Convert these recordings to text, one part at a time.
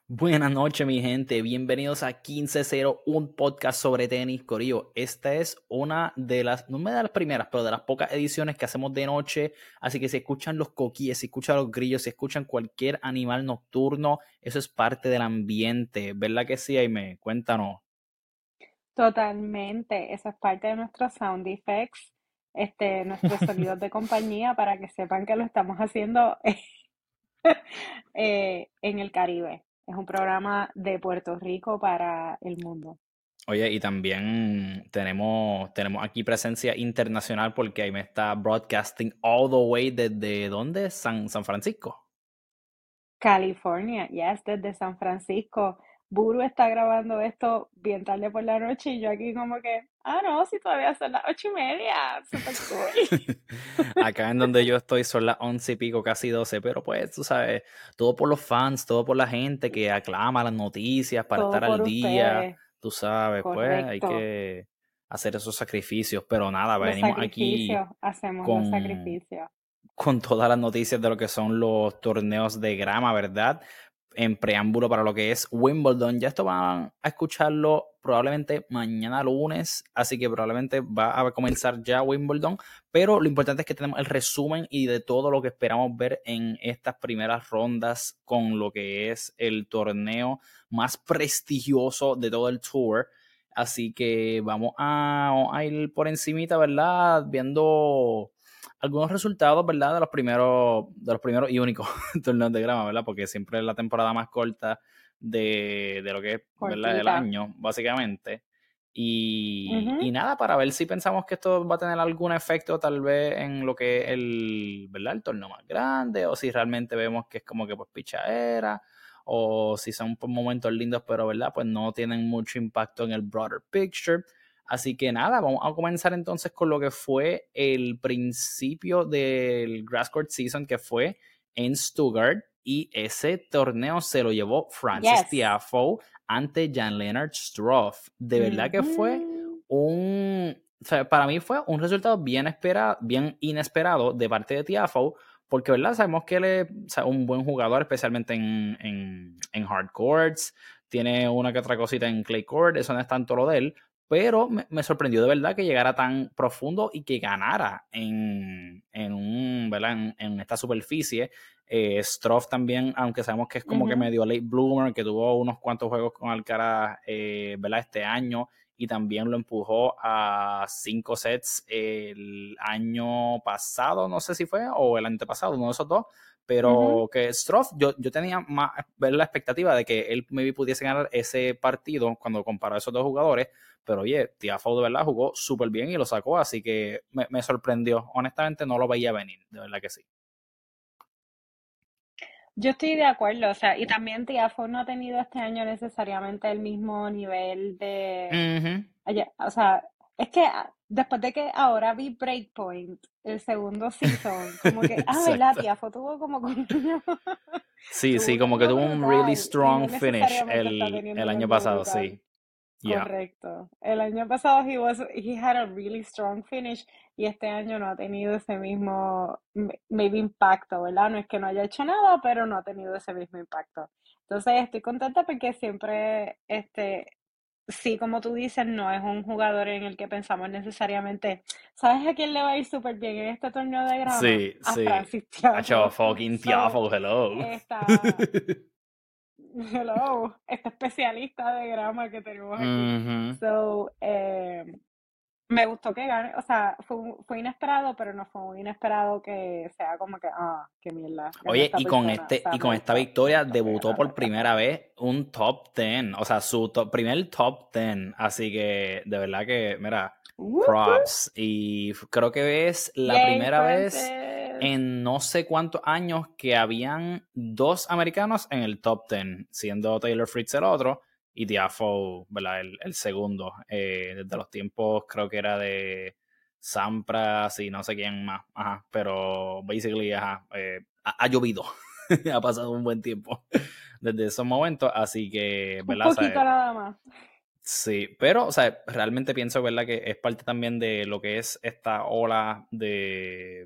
Buenas noches, mi gente. Bienvenidos a 15-0, un podcast sobre tenis, corillo. Esta es una de las, no me da las primeras, pero de las pocas ediciones que hacemos de noche. Así que si escuchan los coquíes, si escuchan los grillos, si escuchan cualquier animal nocturno, eso es parte del ambiente. ¿Verdad que sí, Aime? Cuéntanos. Totalmente, eso es parte de nuestros sound effects, nuestros sonidos de compañía para que sepan que lo estamos haciendo en el Caribe. Es un programa de Puerto Rico para el mundo. Oye, y también tenemos aquí presencia internacional porque Aime está broadcasting all the way desde ¿dónde? San Francisco. California, yes, desde San Francisco. Buru está grabando esto bien tarde por la noche y yo aquí como que, no, si todavía son las 8:30, super cool. Acá en donde yo estoy son las 11 y pico, casi 12, pero pues tú sabes, todo por los fans, todo por la gente que aclama las noticias para Todo estar por al día, ustedes, tú sabes, pues hay correcto. que hacer esos sacrificios, pero nada, Los venimos aquí sacrificios, hacemos los con sacrificios. todas las noticias de lo que son los torneos de grama, ¿verdad? En preámbulo para lo que es Wimbledon. Ya esto van a escucharlo probablemente mañana lunes, así que probablemente va a comenzar ya Wimbledon, pero lo importante es que tenemos el resumen y de todo lo que esperamos ver en estas primeras rondas con lo que es el torneo más prestigioso de todo el tour. Así que vamos a ir por encimita, ¿verdad? Viendo algunos resultados, ¿verdad? De los primeros y únicos torneos de grama, ¿verdad? Porque siempre es la temporada más corta de lo que es, ¿verdad? El Cortita. año, básicamente. Y Ujú. nada, para ver si pensamos que esto va a tener algún efecto tal vez en lo que es ¿verdad? El torneo más grande, o si realmente vemos que es como que pues pichadera, o si son pues, momentos lindos, pero ¿verdad? Pues no tienen mucho impacto en el broader picture. Así que nada, vamos a comenzar entonces con lo que fue el principio del Grass Court Season, que fue en Stuttgart, y ese torneo se lo llevó Frances Yes. Tiafoe ante Jan-Lennard Struff. De verdad que fue Ujú. o sea, para mí fue un resultado bien inesperado de parte de Tiafoe, porque ¿verdad? Sabemos que él es, o sea, un buen jugador, especialmente en hard courts, tiene una que otra cosita en clay court, eso no es tanto lo de él, pero me sorprendió de verdad que llegara tan profundo y que ganara ¿verdad? En esta superficie. Struff también, aunque sabemos que es como que Ujú. medio late bloomer, que tuvo unos cuantos juegos con Alcaraz, ¿verdad? Este año, y también lo empujó a 5 sets el año pasado, no sé si fue, o el antepasado, uno de esos dos, Ujú. pero que Struff, yo tenía más ver la expectativa de que él maybe pudiese ganar ese partido cuando comparó a esos dos jugadores, pero oye, Tiafoe de verdad jugó súper bien y lo sacó, así que me sorprendió. Honestamente no lo veía venir, de verdad que sí. Yo estoy de acuerdo, o sea, y también Tiafoe no ha tenido este año necesariamente el mismo nivel de, Ujú. o sea, es que después de que ahora vi Breakpoint, el segundo season, como que, ¿verdad? Exacto. Tiafoe tuvo como que Sí, tuvo sí, un como que año tuvo un really brutal y no strong finish necesariamente está teniendo el un año año pasado, brutal. sí. Ya. Correcto. El año pasado he had a really strong finish y este año no ha tenido ese mismo maybe impacto, ¿verdad? No es que no haya hecho nada, pero no ha tenido ese mismo impacto. Entonces estoy contenta porque siempre, sí, como tú dices, no es un jugador en el que pensamos necesariamente, ¿sabes a quién le va a ir súper bien en este torneo de grama? Sí, A sí. Francis Hacho, Tiafoe. fucking So, Tiafoe, hello. está, hello, este especialista de grama que tenemos aquí. Ujú. So, me gustó que gane, o sea, fue inesperado, pero no fue muy inesperado que sea como que, qué mierda, ganó Oye, esta persona. O sea, y con esta me victoria gustó que debutó ganara por esta primera persona. vez un top 10, o sea, su primer top 10. Así que de verdad que, mira, Whoop, whoop. props. Y creo que es la Yay, primera vez Francis. en no sé cuántos años que habían dos americanos en el top 10, siendo Taylor Fritz el otro y Tiafoe, ¿verdad? El segundo. Desde los tiempos creo que era de Sampras y no sé quién más. Ajá, pero basically, ajá, ha llovido. Ha pasado un buen tiempo desde esos momentos, así que, Un ¿verdad? O poquito sea, nada más. sí, pero, o sea, realmente pienso, ¿verdad? Que es parte también de lo que es esta ola de,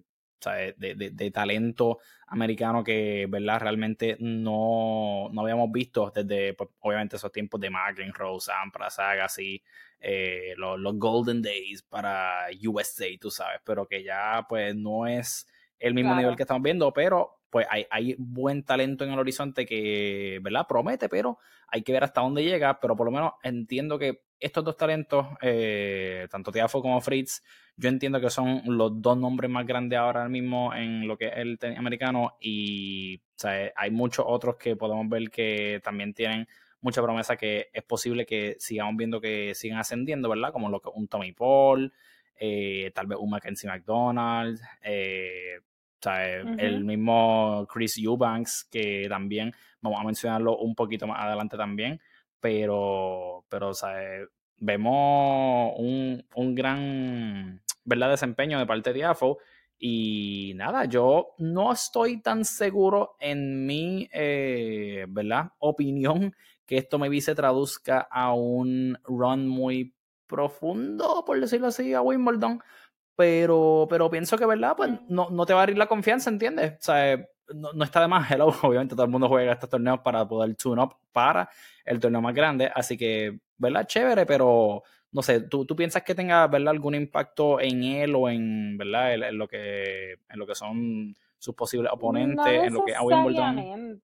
sea, de talento americano que, ¿verdad? Realmente no habíamos visto desde, pues, obviamente, esos tiempos de McEnroe, Sampras, Agassi, los Golden Days para USA, tú sabes, pero que ya, pues, no es el mismo nivel que Claro. estamos viendo, pero pues hay buen talento en el horizonte que, ¿verdad? Promete, pero hay que ver hasta dónde llega, pero por lo menos entiendo que estos dos talentos, tanto Tiafoe como Fritz, yo entiendo que son los dos nombres más grandes ahora mismo en lo que es el tenis americano y, o sea, hay muchos otros que podemos ver que también tienen mucha promesa que es posible que sigamos viendo que sigan ascendiendo, ¿verdad? Como lo que un Tommy Paul, tal vez un Mackenzie McDonald, o sea, el Ujú. mismo Chris Eubanks, que también vamos a mencionarlo un poquito más adelante también, pero o sea, vemos un gran, ¿verdad? Desempeño de parte de Tiafoe. Y nada, yo no estoy tan seguro en mi, ¿verdad? Opinión que esto maybe se traduzca a un run muy profundo, por decirlo así, a Wimbledon. Pero pienso que, ¿verdad? Pues Mm. no te va a abrir la confianza, ¿entiendes? O sea, no está de más. Hello, obviamente todo el mundo juega estos torneos para poder tune up para el torneo más grande. Así que, ¿verdad? Chévere, pero no sé, ¿tú piensas que tenga, ¿verdad? Algún impacto en él o en, ¿verdad? En lo que son sus posibles No oponentes, en lo que es a Wimbledon? necesariamente.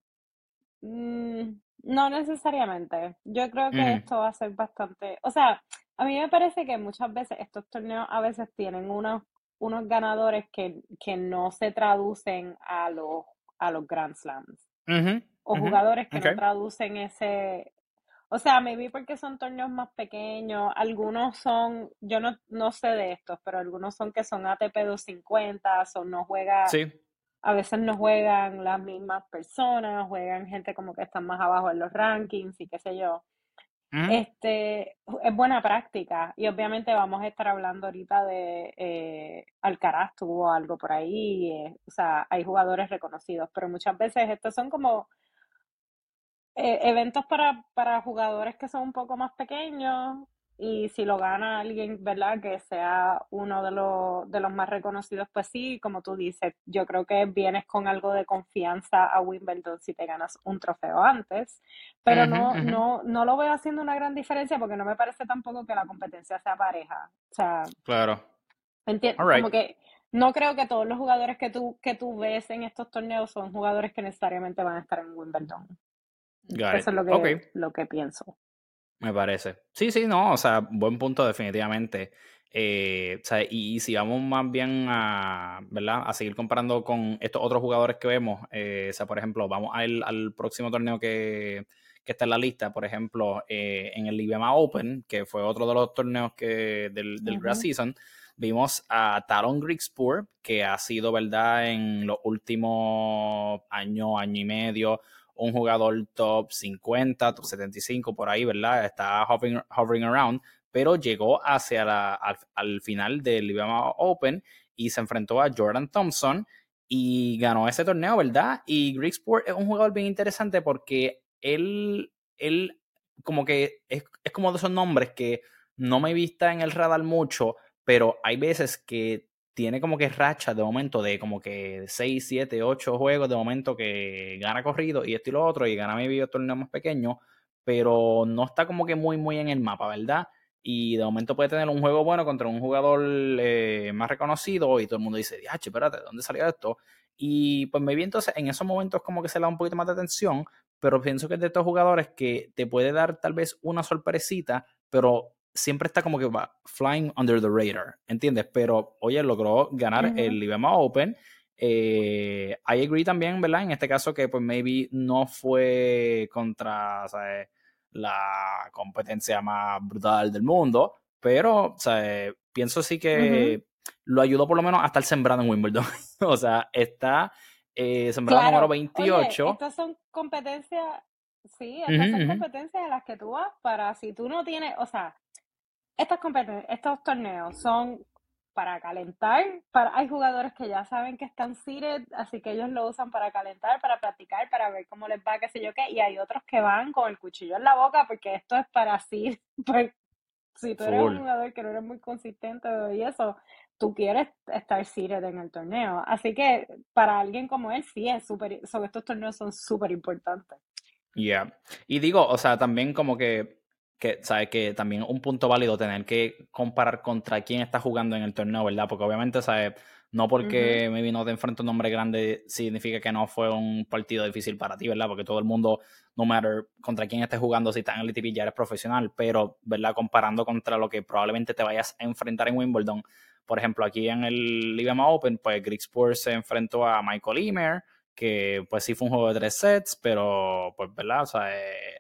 No necesariamente. Yo creo que Ujú. esto va a ser bastante, o sea, a mí me parece que muchas veces estos torneos a veces tienen unos ganadores que no se traducen a los Grand Slams Ujú, o ujú. jugadores que Ok. no traducen ese, o sea, maybe porque son torneos más pequeños, algunos son, yo no sé de estos, pero algunos son que son ATP 250, son no juega, Sí. a veces no juegan las mismas personas, juegan gente como que están más abajo en los rankings y qué sé yo. Ujú. Es buena práctica y obviamente vamos a estar hablando ahorita de Alcaraz tuvo algo por ahí, o sea, hay jugadores reconocidos, pero muchas veces estos son como eventos para jugadores que son un poco más pequeños y si lo gana alguien, ¿verdad? Que sea uno de los más reconocidos, pues sí, como tú dices, yo creo que vienes con algo de confianza a Wimbledon si te ganas un trofeo antes, pero Ujú, no, ujú. no, no lo veo haciendo una gran diferencia porque no me parece tampoco que la competencia sea pareja. O sea, Claro. All right. como que no creo que todos los jugadores que tú ves en estos torneos son jugadores que necesariamente van a estar en Wimbledon. Got it. Eso es lo Ok. que, lo que pienso. Me parece. Sí, sí, no, o sea, buen punto definitivamente. O sea, y si vamos más bien a, ¿verdad? A seguir comparando con estos otros jugadores que vemos, o sea, por ejemplo, vamos al próximo torneo que está en la lista, por ejemplo, en el IBMA Open, que fue otro de los torneos del Grass Ujú, Season, vimos a Talon Grigspur, que ha sido, ¿verdad? En los últimos año y medio, un jugador top 50, top 75, por ahí, ¿verdad? Está hovering around, pero llegó al final del IBM Open y se enfrentó a Jordan Thompson y ganó ese torneo, ¿verdad? Y Grigsport es un jugador bien interesante porque él como que es como de esos nombres que no me vista en el radar mucho, pero hay veces que tiene como que racha de momento de como que 6 7 8 juegos de momento que gana corrido y esto y lo otro y gana mi torneo más pequeño, pero no está como que muy en el mapa, ¿verdad? Y de momento puede tener un juego bueno contra un jugador más reconocido y todo el mundo dice, diache, espérate, ¿de dónde salió esto? Y pues me vi entonces en esos momentos como que se le da un poquito más de atención, pero pienso que es de estos jugadores que te puede dar tal vez una sorpresita, pero siempre está como que va flying under the radar, ¿entiendes? Pero, oye, logró ganar ujú. el IBEMA Open. I agree también, ¿verdad? En este caso que pues maybe no fue contra, ¿sabes? La competencia más brutal del mundo, pero, ¿sabes? Pienso sí Ujú. que lo ayudó por lo menos a estar sembrado en Wimbledon. O sea, está sembrado número Claro, oye, 28. estas son competencias, sí, Uh estas -huh, son uh -huh. competencias en las que tú vas para, si tú no tienes, o sea, estos torneos son para calentar, hay jugadores que ya saben que están seeded, así que ellos lo usan para calentar, para practicar, para ver cómo les va, qué sé yo qué, y hay otros que van con el cuchillo en la boca porque esto es para seed, pues si tú eres un Full. jugador que no eres muy consistente y eso, tú quieres estar seated en el torneo. Así que para alguien como él, sí es súper, sobre estos torneos son súper importantes. Yeah. Y digo, o sea, también como que, ¿sabes? Que también un punto válido tener que comparar contra quién está jugando en el torneo, ¿verdad? Porque obviamente, ¿sabes? No Ujú, porque maybe no te enfrenta un nombre grande significa que no fue un partido difícil para ti, ¿verdad? Porque todo el mundo, no matter contra quién estés jugando, si estás en el ATP ya eres profesional, pero, ¿verdad? Comparando contra lo que probablemente te vayas a enfrentar en Wimbledon. Por ejemplo, aquí en el IBM Open, pues Grigspor se enfrentó a Michael Ymer, que pues sí fue un juego de 3 sets, pero pues, ¿verdad? O sea,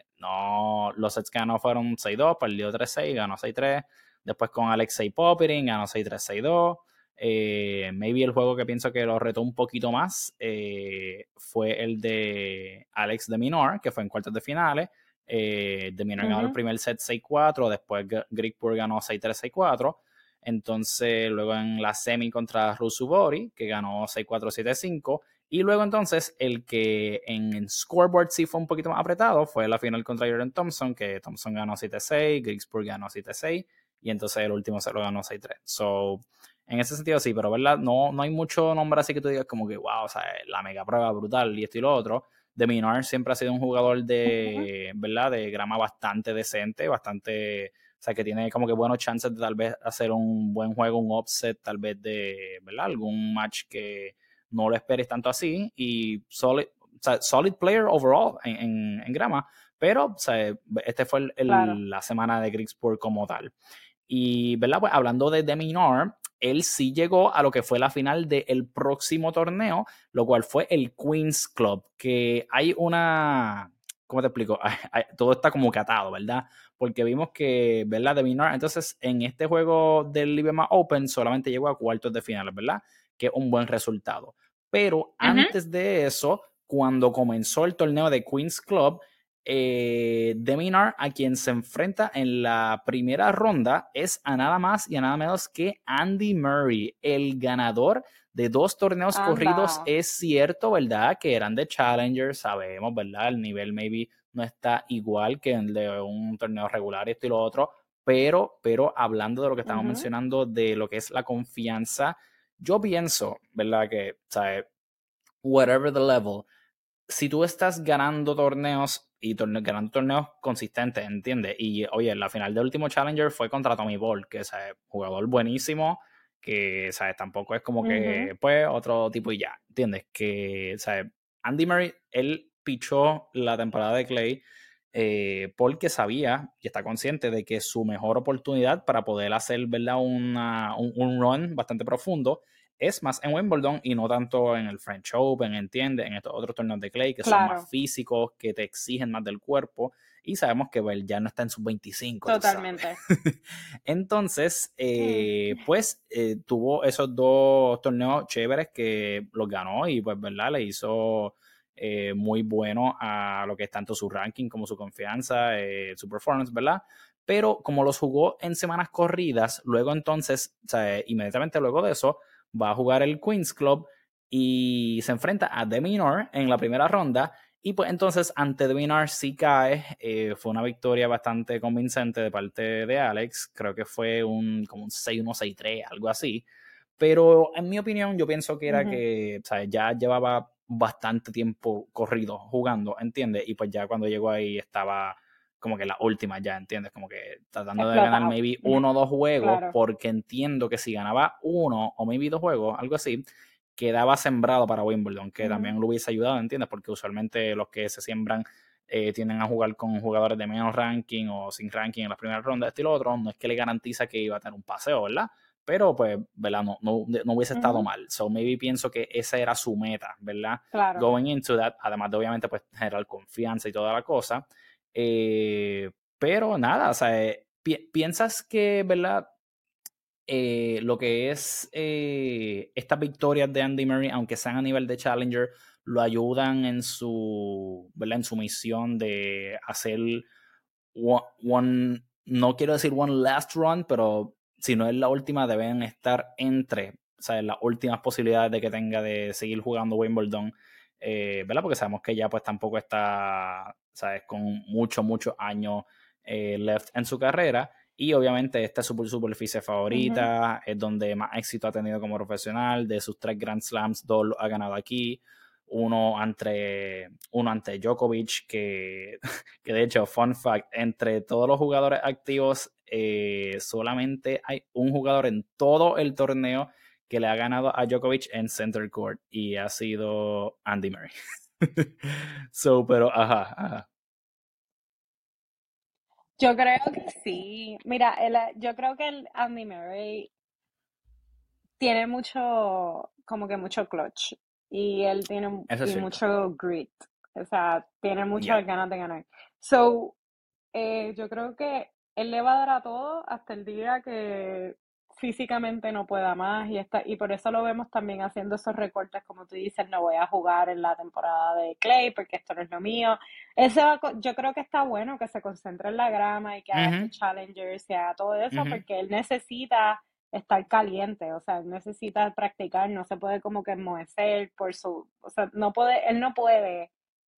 no, los sets que ganó fueron 6-2, perdió 3-6, ganó 6-3. Después con Alexei Popyrin ganó 6-3, 6-2. Maybe el juego que pienso que lo retó un poquito más fue el de Alex de Minaur, que fue en cuartos de finales. De Minaur ganó el ujú, primer set 6-4, después Grigspur ganó 6-3, 6-4. Entonces, luego en la semi contra Rusubori, que ganó 6-4, 7-5. Y luego entonces el que en scoreboard sí fue un poquito más apretado fue la final contra Jordan Thompson, que Thompson ganó 7-6, Grigsburg ganó 7-6 y entonces el último se lo ganó 6-3. So, en ese sentido sí, pero verdad, no hay mucho nombre así que tú digas como que wow, o sea, la mega prueba brutal y esto y lo otro. De Minar siempre ha sido un jugador ujú. de, ¿verdad? De grama bastante decente, bastante, o sea, que tiene como que buenos chances de tal vez hacer un buen juego, un offset, tal vez de, ¿verdad? Algún match que no lo esperes tanto así y solid, o sea, solid player overall en grama, pero o sea, este fue Claro. la semana de Grigsport como tal. Y, ¿verdad? Pues hablando de Deminar, él sí llegó a lo que fue la final del próximo torneo, lo cual fue el Queen's Club, que hay una, ¿cómo te explico? Todo está como catado, ¿verdad? Porque vimos que, ¿verdad? Deminar, entonces en este juego del IBM Open solamente llegó a cuartos de finales, ¿verdad? Que es un buen resultado. Pero Ujú. antes de eso, cuando comenzó el torneo de Queen's Club, Deminar, a quien se enfrenta en la primera ronda, es a nada más y a nada menos que Andy Murray, el ganador de 2 torneos corridos. Anda. Es cierto, ¿verdad? Que eran de Challenger, sabemos, ¿verdad? El nivel maybe no está igual que el de un torneo regular y esto y lo otro, pero hablando de lo que estamos Ujú. mencionando, de lo que es la confianza, yo pienso, ¿verdad? Que, ¿sabes? Whatever the level, si tú estás ganando torneos y ganando torneos consistentes, ¿entiendes? Y oye, la final del último Challenger fue contra Tommy Ball, que es jugador buenísimo, que ¿sabes? Tampoco es como Ujú. que, pues, otro tipo y ya, ¿entiendes? Que, ¿sabes? Andy Murray, él pichó la temporada de Clay porque sabía y está consciente de que su mejor oportunidad para poder hacer, ¿verdad? Un run bastante profundo es más en Wimbledon y no tanto en el French Open, ¿entiendes? En estos otros torneos de Clay que son más Claro. físicos, que te exigen más del cuerpo y sabemos que well, ya no está en sus 25, tú sabes. Totalmente. Entonces, Sí. pues tuvo esos 2 torneos chéveres que los ganó y pues, ¿verdad? Le hizo muy bueno a lo que es tanto su ranking como su confianza, su performance, ¿verdad? Pero como los jugó en semanas corridas, luego entonces, o sea, inmediatamente luego de eso, va a jugar el Queen's Club y se enfrenta a Deminor en la primera ronda. Y pues entonces ante Deminor sí cae. Fue una victoria bastante convincente de parte de Alex. Creo que fue como un 6-1, 6-3, algo así. Pero en mi opinión, yo pienso que era Ujú. que, o sea, ya llevaba bastante tiempo corrido jugando, ¿entiendes? Y pues ya cuando llegó ahí estaba como que la última ya, ¿entiendes? Como que tratando de ganar Explotado. maybe 1 o 2 juegos, Claro. porque entiendo que si ganaba uno o maybe 2 juegos, algo así, quedaba sembrado para Wimbledon, que Ujú. también lo hubiese ayudado, ¿entiendes? Porque usualmente los que se siembran tienden a jugar con jugadores de menos ranking o sin ranking en las primeras rondas, estilo otro, no es que le garantiza que iba a tener un paseo, ¿verdad? Pero pues, ¿verdad? No hubiese estado Ujú. mal. So maybe pienso que esa era su meta, ¿verdad? Claro. Going into that, además de obviamente pues generar confianza y toda la cosa. Pero nada, o sea, piensas que, ¿verdad? Lo que es estas victorias de Andy Murray, aunque sean a nivel de Challenger, lo ayudan en su, ¿verdad? En su misión de hacer no quiero decir one last run, pero si no es la última, deben estar entre, o sea, las últimas posibilidades de que tenga de seguir jugando Wimbledon, ¿verdad? Porque sabemos que ya pues tampoco está, ¿sabes? Con muchos años left en su carrera. Y obviamente esta es su superficie Ujú. favorita, es donde más éxito ha tenido como profesional. De sus 3 Grand Slams, 2 los ha ganado aquí. Uno ante Djokovic, que de hecho, fun fact, entre todos los jugadores activos, solamente hay un jugador en todo el torneo que le ha ganado a Djokovic en center court y ha sido Andy Murray. Pero, ajá. Yo creo que sí. Mira, yo creo que el Andy Murray tiene mucho, como que mucho clutch. Y él tiene Eso es y cierto. mucho grit. O sea, tiene Yep. muchas ganas de ganar. So, yo creo que él le va a dar a todo hasta el día que físicamente no pueda más y por eso lo vemos también haciendo esos recortes, como tú dices, no voy a jugar en la temporada de Clay porque esto no es lo mío. Yo creo que está bueno que se concentre en la grama y que haga Ujú, estos challengers y haga todo eso ujú, porque él necesita estar caliente, o sea, él necesita practicar, no se puede como que enmohecer o sea, él no puede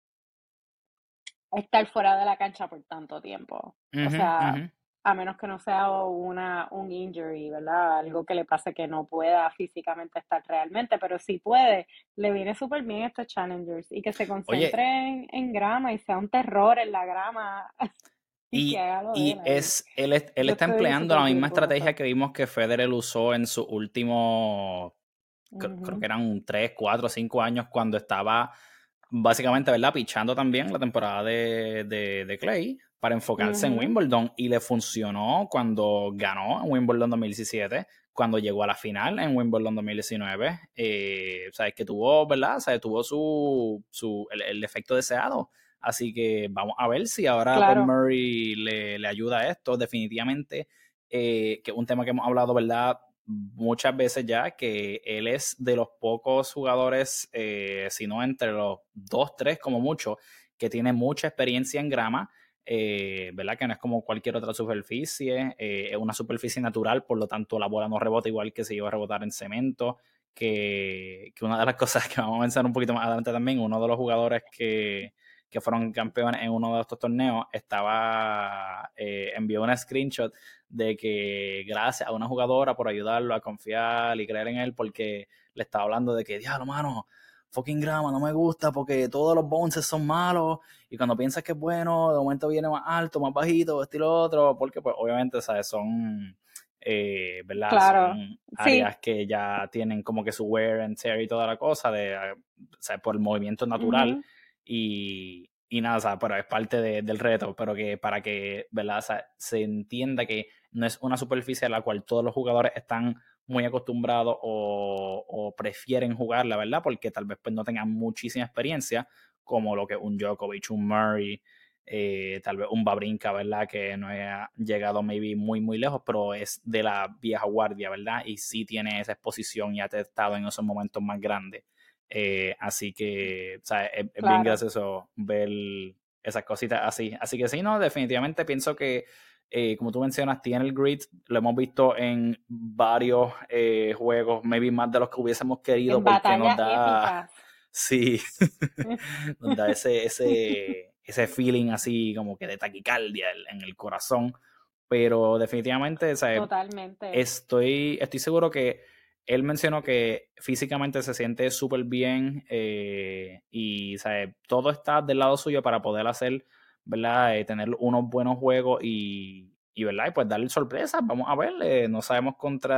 estar fuera de la cancha por tanto tiempo. O ujú, sea, ujú. a menos que no sea un injury, ¿verdad? Algo que le pase que no pueda físicamente estar realmente, pero si puede, le viene súper bien estos challengers y que se Oye, concentre en grama y sea un terror en la grama y que y, haga lo de él y ahí. él Yo está estoy empleando la súper misma bien con estrategia eso. que vimos que Federer usó en su último, creo Ujú, que eran 3, 4, 5 años cuando estaba básicamente, ¿verdad? Pichando también la temporada de Clay para enfocarse en ujú, Wimbledon y le funcionó cuando ganó en Wimbledon 2017, cuando llegó a la final en Wimbledon 2019. O sea, es que tuvo, ¿verdad? O sea, tuvo el efecto deseado. Así que vamos a ver si ahora pues claro. Murray le ayuda a esto. Definitivamente, que es un tema que hemos hablado, ¿verdad? Muchas veces ya, que él es de los pocos jugadores, si no entre los 2, 3 como mucho, que tiene mucha experiencia en grama, ¿verdad? Que no es como cualquier otra superficie, es una superficie natural, por lo tanto la bola no rebota igual que si iba a rebotar en cemento, que una de las cosas que vamos a mencionar un poquito más adelante también, uno de los jugadores que fueron campeones en uno de estos torneos, envió una screenshot de que gracias a una jugadora por ayudarlo a confiar y creer en él, porque le estaba hablando de que, diablo, mano, fucking grama, no me gusta porque todos los bounces son malos y cuando piensas que es bueno, de momento viene más alto, más bajito, estilo otro, porque pues obviamente, ¿sabes? Son, ¿verdad? Claro, Son sí. áreas que ya tienen como que su wear and tear y toda la cosa, o sea, por el movimiento natural Ujú, y nada, o sea, pero es parte del reto, pero que para que, ¿verdad? O sea, se entienda que no es una superficie a la cual todos los jugadores están muy acostumbrados o prefieren jugarla, ¿verdad? Porque tal vez pues no tengan muchísima experiencia, como lo que un Djokovic, un Murray, tal vez un Babrinka, ¿verdad? Que no ha llegado maybe muy, muy lejos, pero es de la vieja guardia, ¿verdad? Y sí tiene esa exposición y ha estado en esos momentos más grandes. Así que, o sea, es bien claro. gracioso ver esas cositas así. Así que sí, no, definitivamente pienso que, como tú mencionas, tiene el grit, lo hemos visto en varios juegos, maybe más de los que hubiésemos querido, En porque nos batallas da, épicas. sí, nos da ese feeling así como que de taquicardia en el corazón, pero definitivamente, o sea, Totalmente. estoy seguro que él mencionó que físicamente se siente súper bien y ¿sabe? Todo está del lado suyo para poder hacer, ¿verdad? Tener unos buenos juegos ¿verdad? Y pues darle sorpresas. Vamos a ver, no sabemos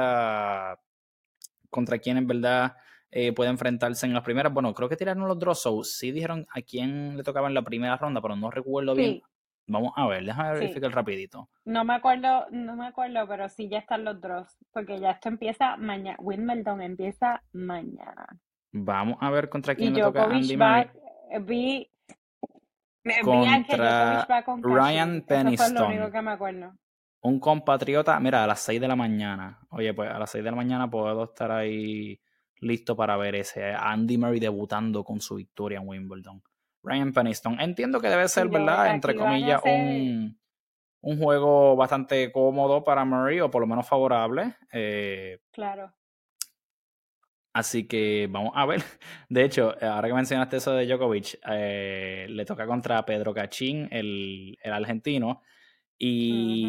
contra quién en verdad puede enfrentarse en las primeras. Bueno, creo que tiraron los draws, so sí dijeron a quién le tocaba en la primera ronda, pero no recuerdo bien. Sí, Vamos a ver, déjame sí. verificar rapidito. No me acuerdo, pero sí ya están los draws, porque ya esto empieza mañana. Wimbledon empieza mañana. Vamos a ver contra Y quién le toca a Djokovic Andy va, Murray. vi, vi a que Djokovic Contra va con Ryan Cashin. Eso fue lo único Peniston, que me acuerdo. un compatriota, mira, a las 6 de la mañana. Oye, pues a las 6 de la mañana puedo estar ahí listo para ver ese Andy Murray debutando con su victoria en Wimbledon. Ryan Peniston, entiendo que debe ser, Y ¿verdad? Entre aquí van a comillas, hacer, un juego bastante cómodo para Murray, o por lo menos favorable. claro. Así que vamos a ver. De hecho, ahora que mencionaste eso de Djokovic, le toca contra Pedro Cachín, el argentino. Ujú. Y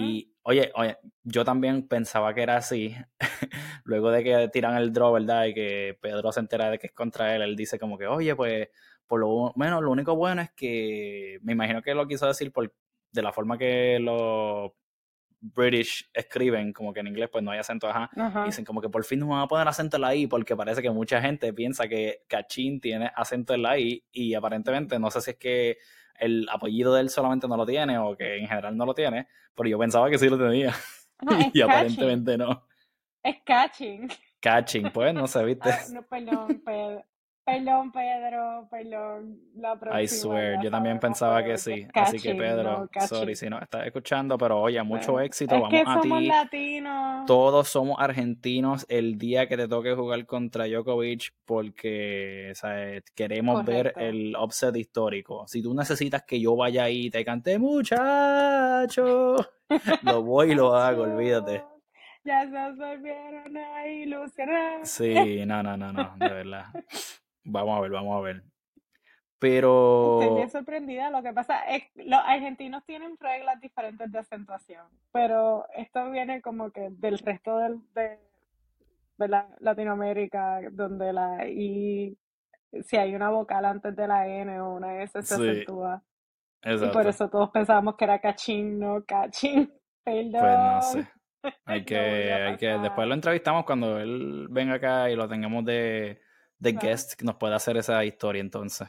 Oye, yo también pensaba que era así. Luego de que tiran el draw, ¿verdad? Y que Pedro se entera de que es contra él, él dice como que, oye, pues, por lo menos lo único bueno es que, me imagino que lo quiso decir de la forma que los British escriben, como que en inglés pues no hay acento, ajá, y Ajá. dicen como que por fin nos van a poner acento en la I, porque parece que mucha gente piensa que Cachín tiene acento en la I, y aparentemente no sé si es que el apellido de él solamente no lo tiene, o que en general no lo tiene, pero yo pensaba que sí lo tenía, Ajá, es y catching. aparentemente no. Es catching. Cachín, pues, no sé, ¿viste? Ah, no, perdón, perdón, Pedro, perdón. La I próxima swear, ya yo también sabemos pensaba que que es sí. Así que catching, no Pedro, sorry catching. si no estás escuchando, pero oye, mucho éxito, Es vamos que a somos ti. latinos. Todos somos argentinos el día que te toque jugar contra Djokovic porque, ¿sabes? Queremos ver Correcto. el upset histórico. Si tú necesitas que yo vaya ahí y te cante muchacho, lo voy y lo hago, olvídate. Muchachos, ya se volvieron a ilusionar. Sí, no, no, no, no, de verdad. Vamos a ver, vamos a ver. Estoy bien Pero, sorprendida. Lo que pasa es que los argentinos tienen reglas diferentes de acentuación, pero esto viene como que del resto de Latinoamérica, donde la I, si hay una vocal antes de la N o una S se sí, acentúa. Y por exacto. eso todos pensábamos que era cachín, no cachín. Pues no sé. Perdón, Hay no vuelve a después lo pasar. entrevistamos cuando él venga acá y lo tengamos de Claro. guest, que nos pueda hacer esa historia entonces.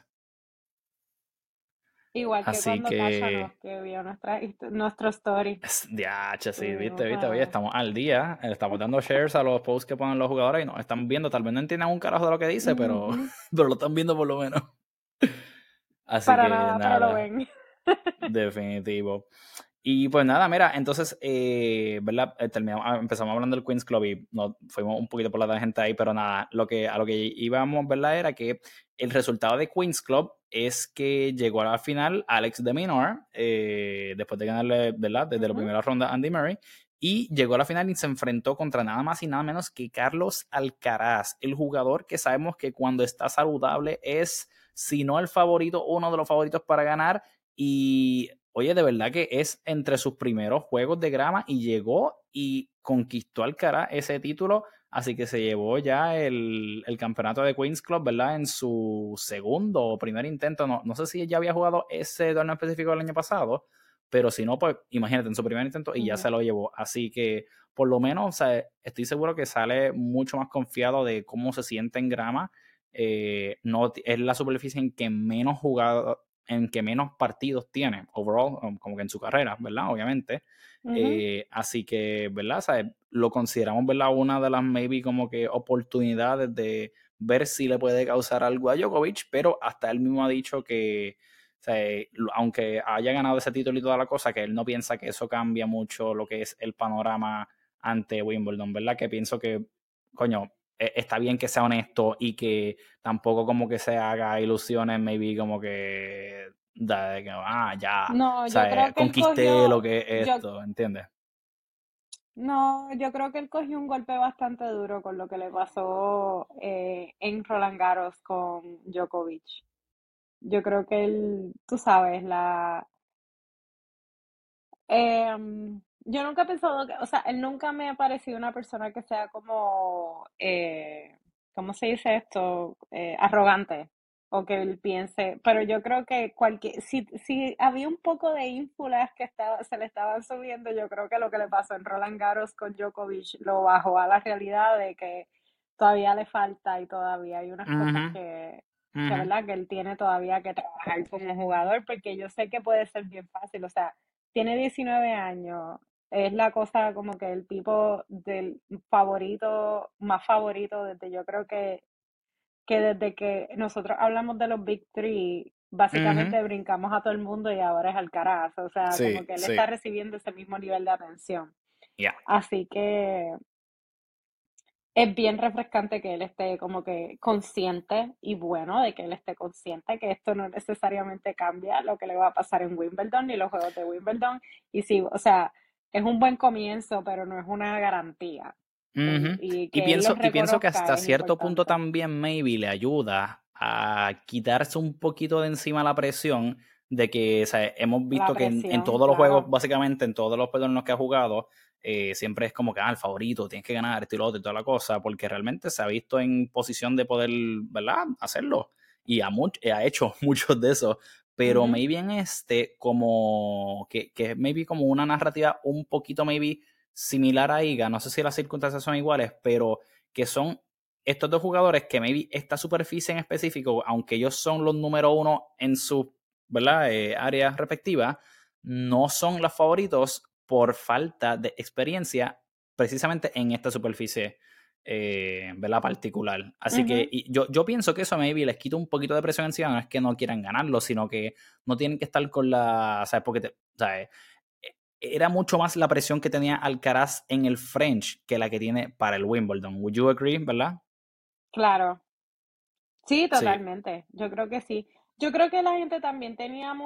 Igual que Así cuando Tasha que, que vio nuestro story. diache, sí, Tuvimos viste, oye, estamos al día, estamos dando shares a los posts que ponen los jugadores y nos están viendo, tal vez no entiendan un carajo de lo que dice, pero, Ujú. pero lo están viendo por lo menos. Así Para que nada, pero lo nada, ven. definitivo. Y pues nada, mira, entonces, ¿verdad? Empezamos hablando del Queens Club y nos fuimos un poquito por la tangente ahí, pero nada, a lo que íbamos, ¿verdad? Era que el resultado de Queens Club es que llegó a la final Alex de Minaur, después de ganarle, ¿verdad? Desde la Ujú. primera ronda a Andy Murray, y llegó a la final y se enfrentó contra nada más y nada menos que Carlos Alcaraz, el jugador que sabemos que cuando está saludable es, si no el favorito, uno de los favoritos para ganar. Y oye, de verdad que es entre sus primeros juegos de grama y llegó y conquistó Alcaraz ese título, así que se llevó ya el campeonato de Queens Club, ¿verdad? En su segundo o primer intento, no sé si ya había jugado ese torneo específico el año pasado, pero si no, pues imagínate, en su primer intento y ya Ujú. se lo llevó, así que por lo menos, o sea, estoy seguro que sale mucho más confiado de cómo se siente en grama. No, es la superficie en que menos jugado, en que menos partidos tiene overall, como que en su carrera, ¿verdad? Obviamente. Ujú. Así que, ¿verdad? O sea, lo consideramos, ¿verdad? Una de las maybe como que oportunidades de ver si le puede causar algo a Djokovic, pero hasta él mismo ha dicho que, o sea, aunque haya ganado ese título y toda la cosa, que él no piensa que eso cambia mucho lo que es el panorama ante Wimbledon, ¿verdad? Que pienso que, coño, está bien que sea honesto y que tampoco como que se haga ilusiones, maybe como que, de que ya, No, o yo sea, creo que él conquisté lo cogió, que es yo, esto, ¿entiendes? no, yo creo que él cogió un golpe bastante duro con lo que le pasó en Roland Garros con Djokovic. Yo creo que él, tú sabes, yo nunca he pensado que, o sea, él nunca me ha parecido una persona que sea como, ¿cómo se dice esto? Arrogante o que él piense, pero yo creo que si había un poco de ínfulas que se le estaban subiendo, yo creo que lo que le pasó en Roland Garros con Djokovic lo bajó a la realidad de que todavía le falta y todavía hay unas cosas Ujú, que, ujú. ¿verdad? Que él tiene todavía que trabajar como jugador, porque yo sé que puede ser bien fácil, o sea, tiene 19 años, es la cosa como que el tipo del favorito, más favorito desde yo creo que desde que nosotros hablamos de los Big Three, Ujú. básicamente brincamos a todo el mundo y ahora es Alcaraz, o sea, como Sí, que él sí, está recibiendo ese mismo nivel de atención. ya. Así que es bien refrescante que él esté como que consciente y bueno de que él esté consciente que esto no necesariamente cambia lo que le va a pasar en Wimbledon ni los juegos de Wimbledon. Y sí, o sea, es un buen comienzo, pero no es una garantía. Ujú. Y Y que él lo pienso que reconozca hasta es cierto punto importante. también maybe le ayuda a quitarse un poquito de encima la presión de que, o sea, hemos La visto que en presión, todos los juegos, claro. básicamente en todos los torneos que ha jugado, siempre es como que, el favorito, tienes que ganar esto y lo otro y toda la cosa, porque realmente se ha visto en posición de poder, ¿verdad?, hacerlo. Y ha hecho muchos de esos. Pero Ujú, maybe en como que maybe como una narrativa un poquito maybe similar a Iga, no sé si las circunstancias son iguales, pero que son estos dos jugadores que maybe esta superficie en específico, aunque ellos son los número uno en su, ¿verdad?, áreas respectivas, no son los favoritos por falta de experiencia precisamente en esta superficie, ¿verdad?, particular. Así que ujú, yo pienso que eso maybe les quita un poquito de presión encima, no es que no quieran ganarlo, sino que no tienen que estar con la, ¿sabes? Porque, ¿sabes? Era mucho más la presión que tenía Alcaraz en el French que la que tiene para el Wimbledon. Would you agree, verdad? claro. Sí, Sí. totalmente. Yo creo que sí. Yo creo que la gente también tenía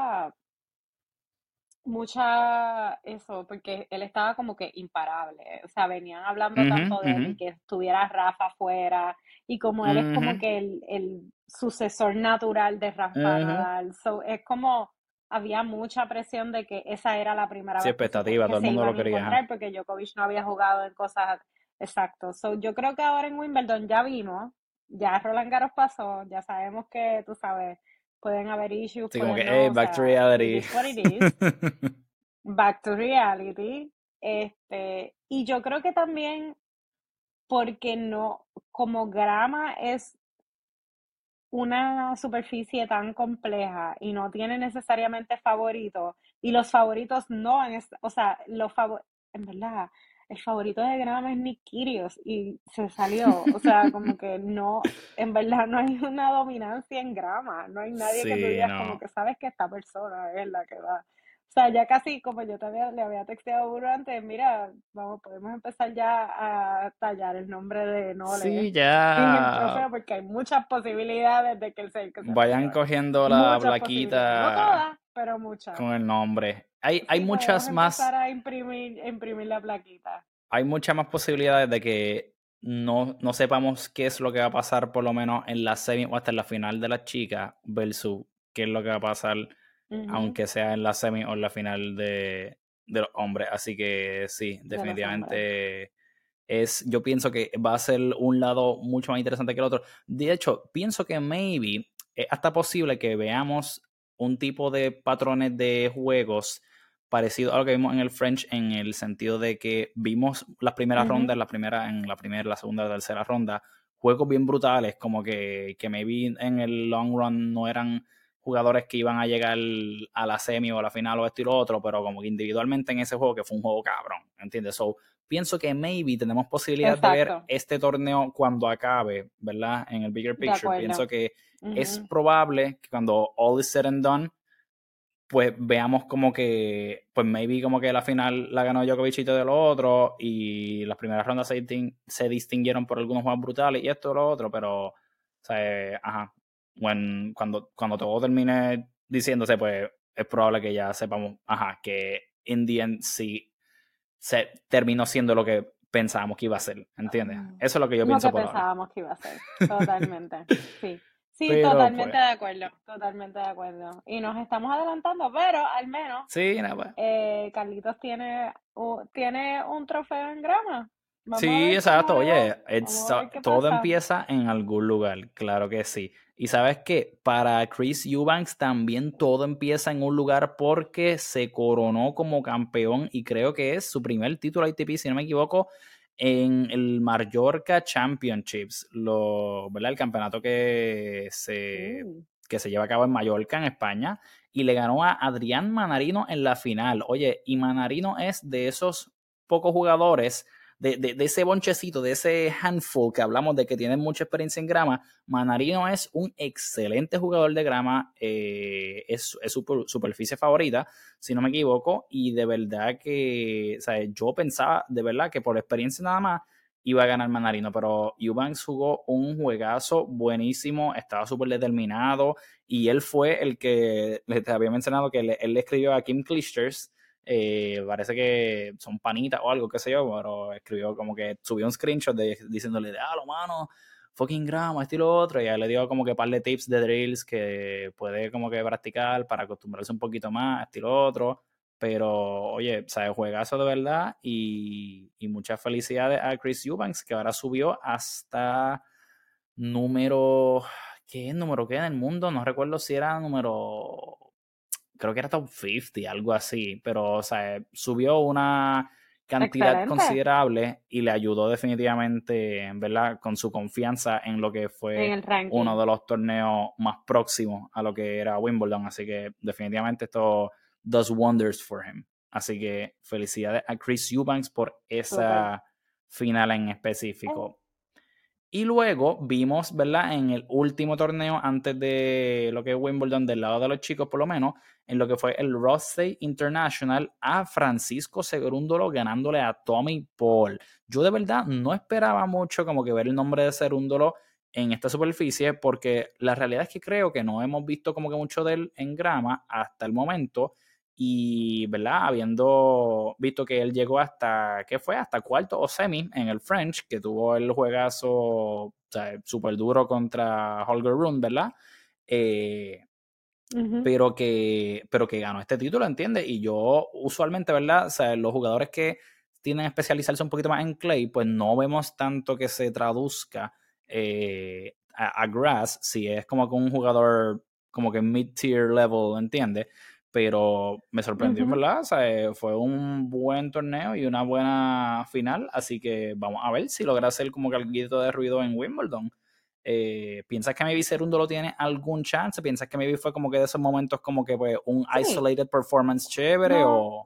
mucha eso, porque él estaba como que imparable. O sea, venían hablando Ujú, tanto de ujú, él y que estuviera Rafa afuera, y como él es ujú, como que el sucesor natural de Rafa ujú. Nadal. So, es como había mucha presión de que esa era la primera Sí, vez expectativa, que todo el se mundo lo iban a quería. Ajá. encontrar, porque Djokovic no había jugado en cosas exacto. So, yo creo que ahora en Wimbledon ya vimos, ya Roland Garros pasó, ya sabemos que, tú sabes, pueden haber issues, Sí, como que, pueden hey, no, o back to sea, it reality. is what it is. Back to reality. Y yo creo que también porque no, como grama es una superficie tan compleja y no tiene necesariamente favoritos, y los favoritos no han, o sea, en verdad, el favorito de grama es Nick Kyrgios y se salió, o sea, como que no, en verdad no hay una dominancia en grama, no hay nadie que tú Sí, digas como no. que sabes que esta persona es la que va. O sea, ya casi como yo le había texteado a Burro antes, mira, vamos, podemos empezar ya a tallar el nombre de Sí, Nole en el ya trofeo porque hay muchas posibilidades de que él sea el que se lo vayan lleve. cogiendo la Muchas posibilidades. No plaquita todas, pero muchas. con el nombre. Hay Sí, podemos muchas empezar más. a imprimir la plaquita. Hay muchas más posibilidades de que no sepamos qué es lo que va a pasar, por lo menos en la semi o hasta en la final de las chicas, versus qué es lo que va a pasar, Ujú, aunque sea en la semi o en la final de los hombres. Así que sí, de los hombres. definitivamente yo pienso que va a ser un lado mucho más interesante que el otro. De hecho, pienso que maybe es hasta posible que veamos un tipo de patrones de juegos parecido a lo que vimos en el French, en el sentido de que vimos las primeras Ujú, rondas, la segunda, la tercera ronda, juegos bien brutales, como que maybe en el long run no eran jugadores que iban a llegar a la semi o a la final o esto y lo otro, pero como que individualmente en ese juego que fue un juego cabrón, ¿entiendes? So, pienso que maybe tenemos posibilidad de ver exacto, este torneo cuando acabe, ¿verdad? En el bigger de picture. Pienso acuerdo. que es Ujú. probable que cuando all is said and done, pues veamos como que, pues maybe como que la final la ganó Djokovic y todo de lo otro, y las primeras rondas se distinguieron por algunos juegos brutales y esto y lo otro, pero, o sea, ajá, cuando todo termine diciéndose, pues es probable que ya sepamos, ajá, que in the end sí se terminó siendo lo que pensábamos que iba a ser, ¿entiendes? Eso es lo que yo Lo pienso que por ahora. pensábamos que iba a ser. Totalmente. Sí. Sí, Pero totalmente pues, de acuerdo. Totalmente de acuerdo. Y nos estamos adelantando, pero al menos sí, nada, pues. Carlitos tiene un trofeo en grama. Vamos a Sí, ver cómo exacto. le va. Oye, Vamos a ver qué todo pasa. empieza en algún lugar, claro que sí. Y sabes que para Chris Eubanks también todo empieza en un lugar porque se coronó como campeón y creo que es su primer título ATP, si no me equivoco, en el Mallorca Championships, ¿verdad? El campeonato Mm, que se lleva a cabo en Mallorca, en España, y le ganó a Adrián Manarino en la final. Oye, y Manarino es de esos pocos jugadores de ese bonchecito, de ese handful que hablamos de que tienen mucha experiencia en grama. Manarino es un excelente jugador de grama, es su superficie favorita, si no me equivoco, y de verdad que, o sea, yo pensaba de verdad que por experiencia nada más iba a ganar Manarino, pero Eubanks jugó un juegazo buenísimo, estaba súper determinado, y él fue el que les había mencionado que él le escribió a Kim Clijsters, parece que son panitas o algo, qué sé yo, pero escribió como que subió un screenshot diciéndole, lo mano, fucking grama, estilo otro, y ya le dio como que un par de tips de drills que puede como que practicar para acostumbrarse un poquito más, estilo otro. Pero, oye, ¿sabes? Juegazo de verdad y muchas felicidades a Chris Eubanks, que ahora subió hasta número, ¿qué es número qué en el mundo? No recuerdo si era número, creo que era top 50, algo así, pero, o sea, subió una cantidad Excelente considerable y le ayudó definitivamente, ¿verdad? Con su confianza en lo que en fue el ranking. uno de los torneos más próximos a lo que era Wimbledon, así que definitivamente esto does wonders for him. Así que felicidades a Chris Eubanks por Súper. esa final en Eh, específico. Y luego vimos, ¿verdad? En el último torneo, antes de lo que es Wimbledon, del lado de los chicos por lo menos, en lo que fue el Rothsay International, a Francisco Cerúndolo ganándole a Tommy Paul. Yo de verdad no esperaba mucho como que ver el nombre de Cerúndolo en esta superficie, porque la realidad es que creo que no hemos visto como que mucho de él en grama hasta el momento. Y, ¿verdad? Habiendo visto que él llegó hasta, ¿qué fue? Hasta cuarto o semi en el French, que tuvo el juegazo, o sea, súper duro contra Holger Rune, ¿verdad? Eh, ujú. pero que ganó este título, ¿entiendes? Y yo usualmente, ¿verdad? O sea, los jugadores que tienden a especializarse un poquito más en clay, pues no vemos tanto que se traduzca a grass, si es como que un jugador como que mid-tier level, ¿entiendes? Pero me sorprendió, Ujú. ¿verdad? O sea, fue un buen torneo y una buena final, así que vamos a ver si logra hacer como que algo de ruido en Wimbledon. ¿Piensas que maybe Cerúndolo tiene algún chance? ¿Piensas que maybe fue como que de esos momentos como que pues un Sí, isolated performance chévere no, o...?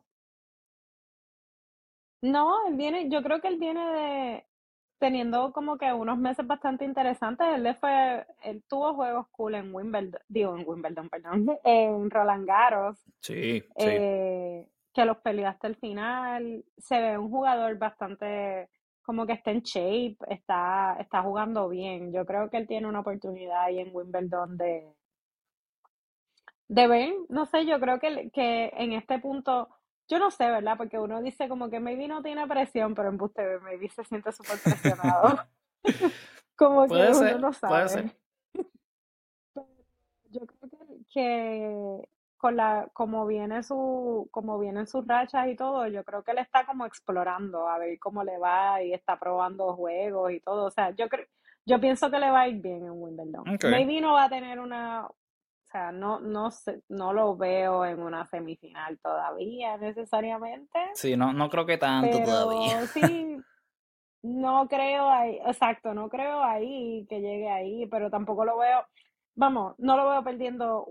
no, él viene, yo creo que él viene de teniendo como que unos meses bastante interesantes. Él tuvo juegos cool en Wimbledon, digo en Wimbledon, perdón, en Roland Garros, Sí, sí. que los peleó hasta el final. Se ve un jugador bastante como que está en shape, está jugando bien. Yo creo que él tiene una oportunidad ahí en Wimbledon de ver, no sé, yo creo que en este punto, yo no sé, ¿verdad? Porque uno dice como que maybe no tiene presión, pero embuste, maybe se siente súper presionado. Como que uno no Puede ser. sabe. Yo creo que con como vienen sus rachas y todo, yo creo que él está como explorando a ver cómo le va y está probando juegos y todo. O sea, yo pienso que le va a ir bien en Wimbledon. Ok. Maybe no va a tener o sea, no sé, no lo veo en una semifinal todavía necesariamente, Sí, no, no creo que tanto todavía. pero sí, no creo ahí, exacto, no creo ahí que llegue ahí, pero tampoco lo veo, vamos, no lo veo perdiendo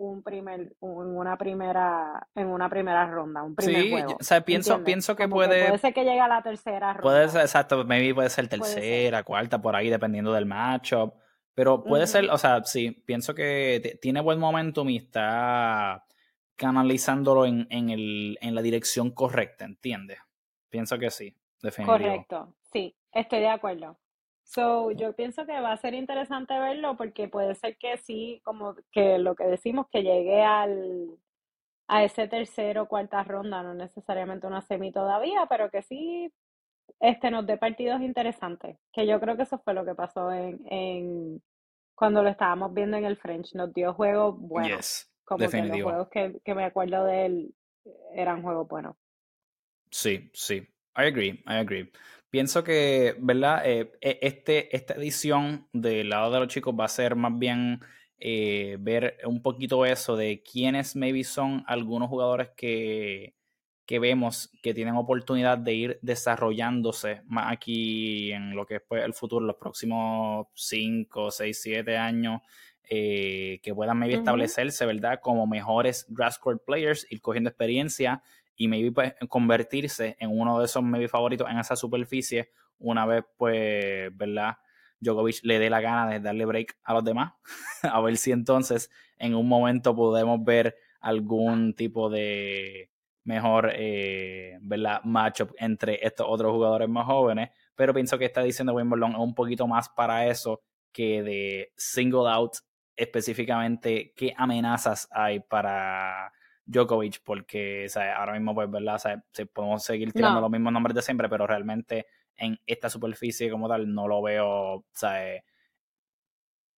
en una primera ronda, un primer Sí, juego, o sea, ¿entiendes? pienso que Como que puede ser que llegue a la tercera puede ronda, ser, exacto, maybe puede ser puede ser. tercera, cuarta, por ahí, dependiendo del matchup. Pero puede ser, Ujú. o sea, sí, pienso que tiene buen momentum y está canalizándolo en la dirección correcta, ¿entiendes? Pienso que sí, definitivo. Correcto, sí, estoy de acuerdo. So, yo pienso que va a ser interesante verlo porque puede ser que sí, como que lo que decimos, que llegue a ese tercero o cuarta ronda, no necesariamente una semi todavía, pero que sí nos dé partidos interesantes, que yo creo que eso fue lo que pasó cuando lo estábamos viendo en el French, nos dio juegos buenos, Yes, como que los definitivo. juegos que me acuerdo de él eran juegos buenos. Sí, sí. I agree, I agree. Pienso que, ¿verdad? Esta edición del lado de los chicos va a ser más bien ver un poquito eso de quiénes maybe son algunos jugadores que vemos que tienen oportunidad de ir desarrollándose más aquí en lo que es pues, el futuro, los próximos 5, 6, 7 años, que puedan maybe Ujú. establecerse, ¿verdad? Como mejores grasscourt players, ir cogiendo experiencia y maybe pues, convertirse en uno de esos maybe favoritos en esa superficie una vez pues, ¿verdad? Djokovic le dé la gana de darle break a los demás, a ver si entonces en un momento podemos ver algún tipo de mejor ¿verdad? Matchup entre estos otros jugadores más jóvenes, pero pienso que esta edición de Wimbledon es un poquito más para eso que de single out específicamente qué amenazas hay para Djokovic, porque o sea, ahora mismo, pues, ¿verdad? O sea, podemos seguir tirando los No, mismos nombres de siempre, pero realmente en esta superficie como tal no lo veo, o sea,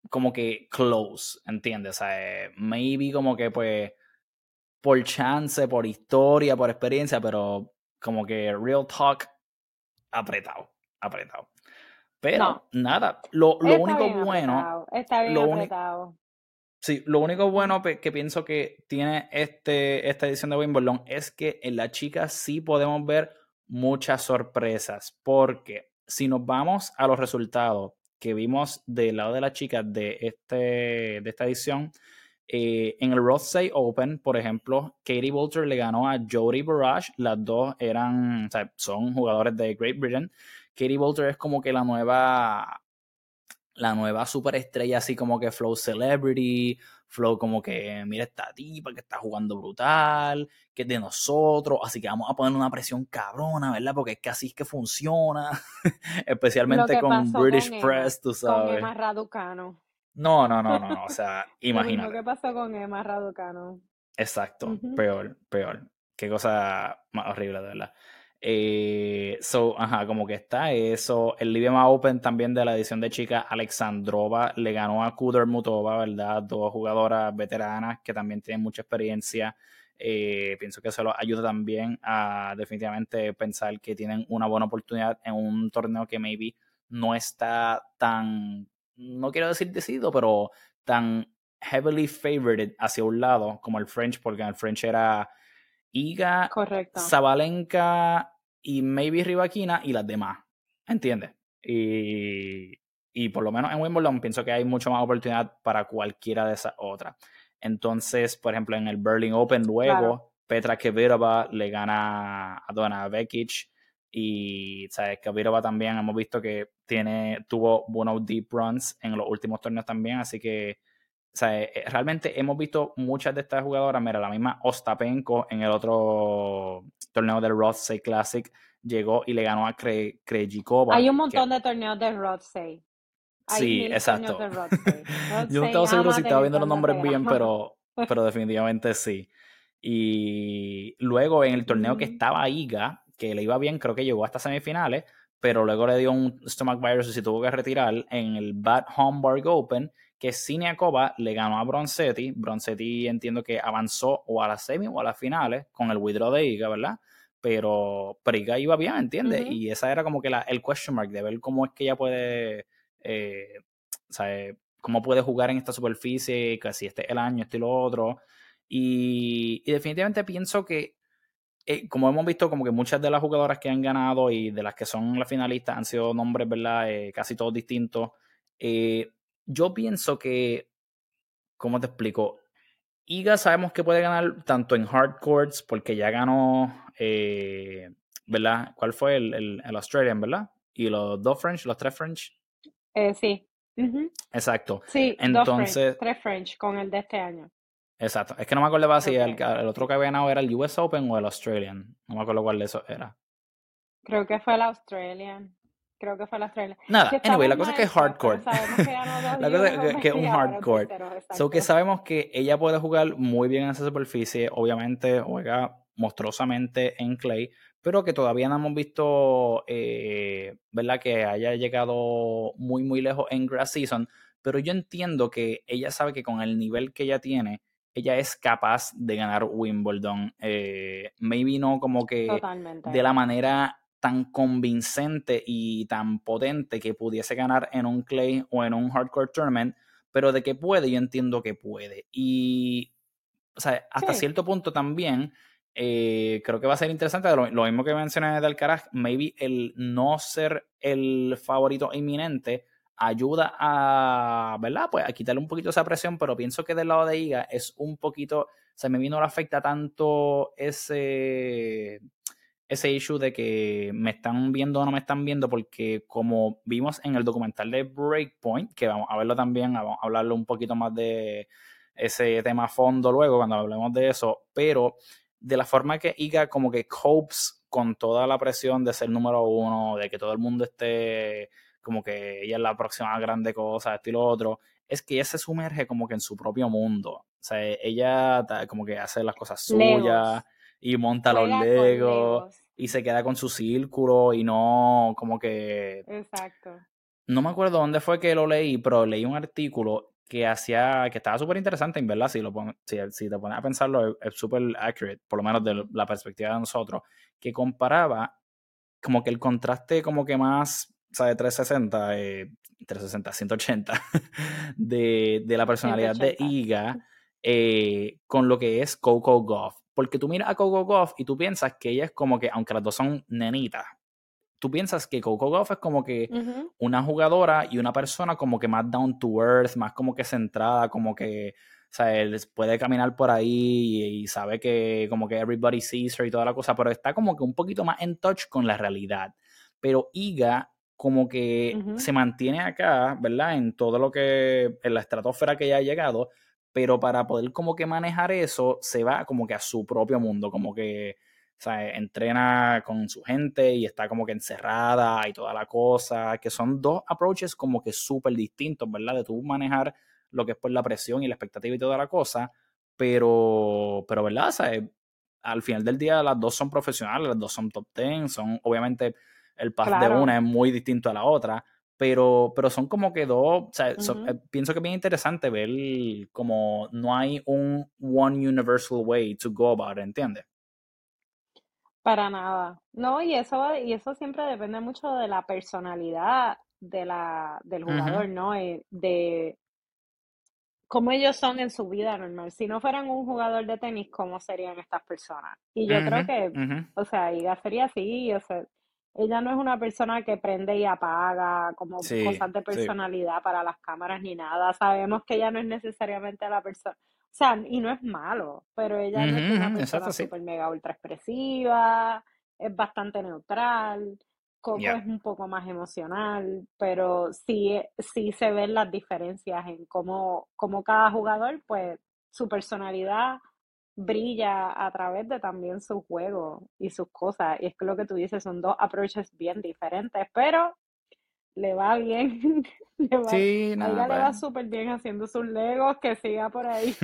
como que close, ¿entiendes? O sea, maybe como que pues por chance, por historia, por experiencia, pero como que real talk, apretado, apretado. No, Pero nada, lo está único bien bueno, apretado, está bien lo único, apretado. sí, lo único Ujú. bueno que pienso que tiene esta edición de Wimbledon es que en la chica sí podemos ver muchas sorpresas, porque si nos vamos a los resultados que vimos del lado de las chicas de esta edición, en el Rothsay Open, por ejemplo, Katie Boulter le ganó a Jodie Barrage. Las dos eran, o sea, son jugadores de Great Britain. Katie Boulter es como que la nueva superestrella, así como que Flow Celebrity, Flow como que mira esta tipa que está jugando brutal, que es de nosotros, así que vamos a poner una presión cabrona, ¿verdad? Porque es que así es que funciona, Lo especialmente que con pasó British Press, tú con sabes. Emma Raducanu. No, no, no, no, no, o sea, Lo mismo que imagínate. pasó con Emma Raducanu. Exacto, Ujú. peor, peor. Qué cosa más horrible, de verdad. Ajá, como que está eso. El Libema Open también de la edición de chicas, Alexandrova le ganó a Kudermutova, ¿verdad? Dos jugadoras veteranas que también tienen mucha experiencia. Pienso que eso los ayuda también a definitivamente pensar que tienen una buena oportunidad en un torneo que maybe no está tan, no quiero decir decidido, pero tan heavily favored hacia un lado, como el French, porque en el French era Iga, Correcto. Sabalenka y maybe Rybakina y las demás, ¿entiendes? Y por lo menos en Wimbledon pienso que hay mucho más oportunidad para cualquiera de esas otras. Entonces, por ejemplo, en el Berlin Open Claro. luego, Petra Kvitova le gana a Donna Vekic y, ¿sabes? Kvitova también hemos visto que tuvo buenos deep runs en los últimos torneos también, así que o sea, realmente hemos visto muchas de estas jugadoras. Mira, la misma Ostapenko en el otro torneo del Rothsay Classic llegó y le ganó a Hay Krejcikova. un Que montón de torneos de Rothsay. Hay sí, 1000 torneos exacto. de Rothsay. Yo no Rothsay estaba seguro si ama estaba tener viendo los torneos de nombres bien, grama. pero definitivamente sí. Y luego en el torneo que Ujú. estaba Iga, que le iba bien, creo que llegó hasta semifinales, pero luego le dio un stomach virus y se tuvo que retirar en el Bad Homburg Open, que Siniakova le ganó a Bronzetti. Bronzetti entiendo que avanzó o a las semi o a las finales con el withdraw de Iga, ¿verdad? Pero Iga iba bien, ¿entiendes? Ujú. Y esa era como que el question mark de ver cómo es que ella puede, o sea, cómo puede jugar en esta superficie, que si este es el año, este y lo otro. Y definitivamente pienso que, como hemos visto, como que muchas de las jugadoras que han ganado y de las que son las finalistas han sido nombres, ¿verdad? Casi todos distintos. Eh, yo pienso que, ¿cómo te explico? Iga sabemos que puede ganar tanto en hard courts, porque ya ganó, ¿verdad? ¿Cuál fue el Australian, ¿verdad? Y los dos French, los tres French. Sí. Ujú. Exacto. Sí, dos French, Entonces, tres French con el de este año. exacto. Es que no me acuerdo si Okay. el otro que había ganado era el US Open o el Australian. No me acuerdo cuál de esos era. Creo que fue la Australian. Creo que fue la Australian. Si Nada, anyway, estamos la cosa es que es maestros, pero hardcore. sabemos que ganó dos La cosa US es Open que es y un ahora un hardcore. tercero, So que exacto. sabemos que ella puede jugar muy bien en esa superficie. Obviamente juega monstruosamente en clay, pero que todavía no hemos visto, ¿verdad? Que haya llegado muy, muy lejos en grass season. Pero yo entiendo que ella sabe que con el nivel que ella tiene, ella es capaz de ganar Wimbledon. Maybe no como que de Totalmente. la manera tan convincente y tan potente que pudiese ganar en un clay o en un hardcore tournament, pero de que puede, yo entiendo que puede. Y, o sea, hasta Sí, cierto punto también, creo que va a ser interesante, lo mismo que mencioné de Alcaraz, maybe el no ser el favorito inminente ayuda a, ¿verdad? Pues a quitarle un poquito esa presión, pero pienso que del lado de Iga es un poquito, o sea, me vino no le afecta tanto ese issue de que me están viendo o no me están viendo, porque como vimos en el documental de Breakpoint, que vamos a verlo también, vamos a hablarlo un poquito más de ese tema a fondo luego cuando hablemos de eso, pero de la forma que Iga como que copes con toda la presión de ser número uno, de que todo el mundo esté como que ella es la próxima grande cosa, esto y lo otro, es que ella se sumerge como que en su propio mundo. O sea, ella como que hace las cosas suyas Legos. y monta los Juega con Legos Legos. y se queda con su círculo y no como que Exacto. no me acuerdo dónde fue que lo leí, pero leí un artículo que estaba súper interesante, en verdad, si te pones a pensarlo, es súper accurate, por lo menos de la perspectiva de nosotros, que comparaba como que el contraste como que más, o sea, de 360, 180, de la ciento personalidad de ochenta Iga con lo que es Coco Gauff. Porque tú miras a Coco Gauff y tú piensas que ella es como que, aunque las dos son nenitas, tú piensas que Coco Gauff es como que Ujú, una jugadora y una persona como que más down to earth, más como que centrada, como que, o sea, él puede caminar por ahí y sabe que como que everybody sees her y toda la cosa, pero está como que un poquito más en touch con la realidad. Pero Iga como que ujú. se mantiene acá, ¿verdad? En todo lo que, en la estratosfera que ya ha llegado, pero para poder como que manejar eso, se va como que a su propio mundo, como que o sea, entrena con su gente y está como que encerrada y toda la cosa, que son dos approaches como que súper distintos, ¿verdad? De tú manejar lo que es pues la presión y la expectativa y toda la cosa, pero ¿verdad? O sea, al final del día las dos son profesionales, las dos son top 10, son obviamente el path de una Claro. es muy distinto a la otra, pero son como que dos, o sea, Ujú. pienso que es bien interesante ver como no hay un one universal way to go about it, ¿entiendes? Para nada. No, y eso siempre depende mucho de la personalidad del Ujú. jugador, ¿no? De cómo ellos son en su vida normal. Si no fueran un jugador de tenis, ¿cómo serían estas personas? Y yo Ujú, creo que, ujú. o sea, Iga sería así, o sea, ella no es una persona que prende y apaga como Sí, constante sí. personalidad para las cámaras ni nada. Sabemos que ella no es necesariamente la persona, o sea, y no es malo, pero ella no Ujú, es una ujú, exacto, persona sí. súper mega ultra expresiva, es bastante neutral. Coco Ya. es un poco más emocional, pero sí, sí se ven las diferencias en cómo cada jugador, pues su personalidad brilla a través de también su juego y sus cosas. Y es que lo que tú dices son dos approaches bien diferentes, pero le va bien, Sí, a nada, ella le pues. va súper bien haciendo sus legos, que siga por ahí,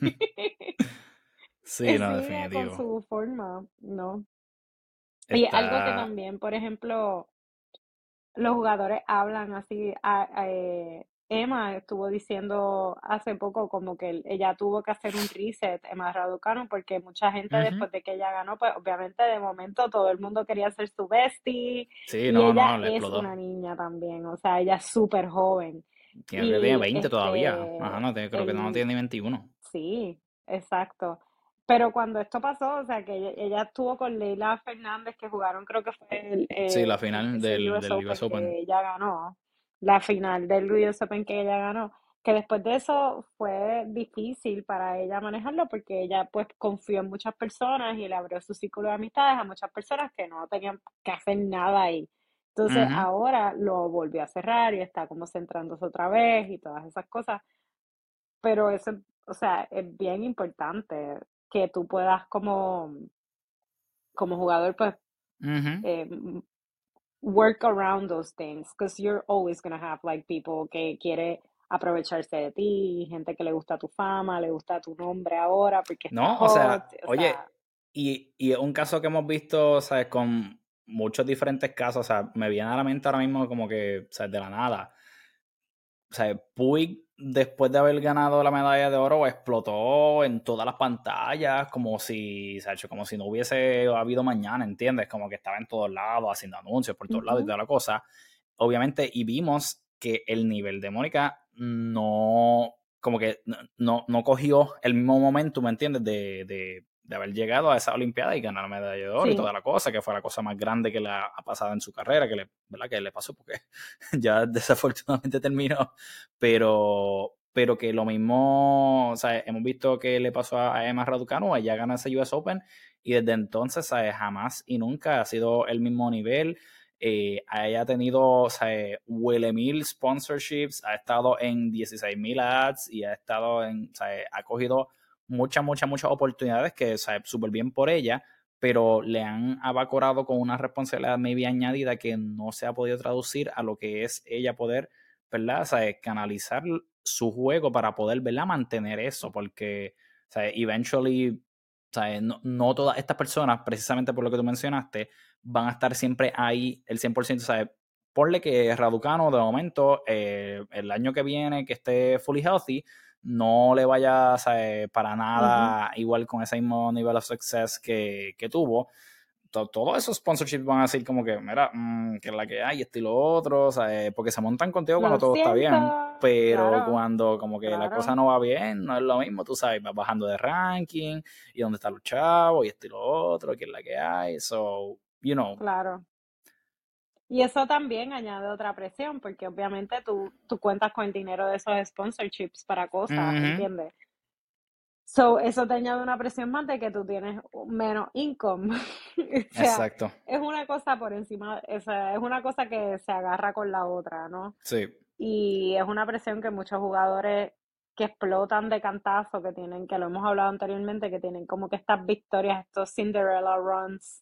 Sí, que no, siga con definitivo. su forma, ¿no? Y algo que Está. también, por ejemplo, los jugadores hablan así. Emma estuvo diciendo hace poco como que ella tuvo que hacer un reset, Emma Raducanu, porque mucha gente Ujú. después de que ella ganó, pues obviamente de momento todo el mundo quería ser su bestie Sí, y no, ella no, le es una explotó. niña también, o sea, ella es súper joven Tiene y 20 todavía. Ajá, no, creo que no tiene ni 21. sí, exacto. Pero cuando esto pasó, o sea, que ella estuvo con Leila Fernández, que jugaron, creo que fue Sí, la final ese US del US Open Open. que ella ganó, la final del US Open que ella ganó, que después de eso fue difícil para ella manejarlo porque ella pues confió en muchas personas y le abrió su círculo de amistades a muchas personas que no tenían que hacer nada ahí. Entonces Ujú, ahora lo volvió a cerrar y está como centrándose otra vez y todas esas cosas. Pero eso, o sea, es bien importante que tú puedas como jugador, pues, ujú. eh, work around those things, because you're always gonna have like people que quiere aprovecharse de ti, gente que le gusta tu fama, le gusta tu nombre ahora porque está No, o hot, sea, o sea, oye, y es un caso que hemos visto, ¿sabes? Con muchos diferentes casos, o sea, me viene a la mente ahora mismo como que, ¿sabes? De la nada. O sea, Puig, después de haber ganado la medalla de oro, explotó en todas las pantallas, como si, se ha hecho como si no hubiese habido mañana, ¿entiendes? Como que estaba en todos lados, haciendo anuncios por todos lados y ujú, toda la cosa. Obviamente, y vimos que el nivel de Mónica no, como que no cogió el mismo momento, ¿me entiendes? De haber llegado a esa Olimpiada y ganar la medalla de oro y sí, toda la cosa, que fue la cosa más grande que le ha pasado en su carrera, ¿verdad? Que le pasó porque ya desafortunadamente terminó, pero que lo mismo, o sea, hemos visto que le pasó a Emma Raducanu, ella gana ese US Open y desde entonces, ¿sabes? Jamás y nunca ha sido el mismo nivel. Ella ha tenido, o sea, huele mil sponsorships, ha estado en 16,000 ads y ha estado en, o sea, ha cogido muchas oportunidades que, o sea, súper bien por ella, pero le han abacorado con una responsabilidad maybe añadida que no se ha podido traducir a lo que es ella poder, ¿verdad? O sea, canalizar su juego para poder, ¿verdad? Mantener eso, porque, o sea, eventually, o sea, no todas estas personas, precisamente por lo que tú mencionaste, van a estar siempre ahí el 100%, ¿sabes? ponle que Raducanu de momento, el año que viene, que esté fully healthy, no le vaya para nada igual con ese mismo nivel of success que tuvo. Todos esos sponsorships van a decir como que, mira, que es la que hay, esto y lo otro, porque se montan contigo cuando Lo todo está siento, bien, pero claro, cuando como que la cosa claro, no va bien, no es lo mismo, tú sabes, vas bajando de ranking, y dónde están los chavos, y esto y lo otro, que es la que hay, so, claro. Y eso también añade otra presión, porque obviamente tú cuentas con el dinero de esos sponsorships para cosas, Ujú, ¿entiendes? So, eso te añade una presión más de que tú tienes menos income. O sea, exacto, es una cosa por encima, o sea, es una cosa que se agarra con la otra, ¿no? sí. Y es una presión que muchos jugadores que explotan de cantazo, que tienen, que lo hemos hablado anteriormente, que tienen como que estas victorias, estos Cinderella runs,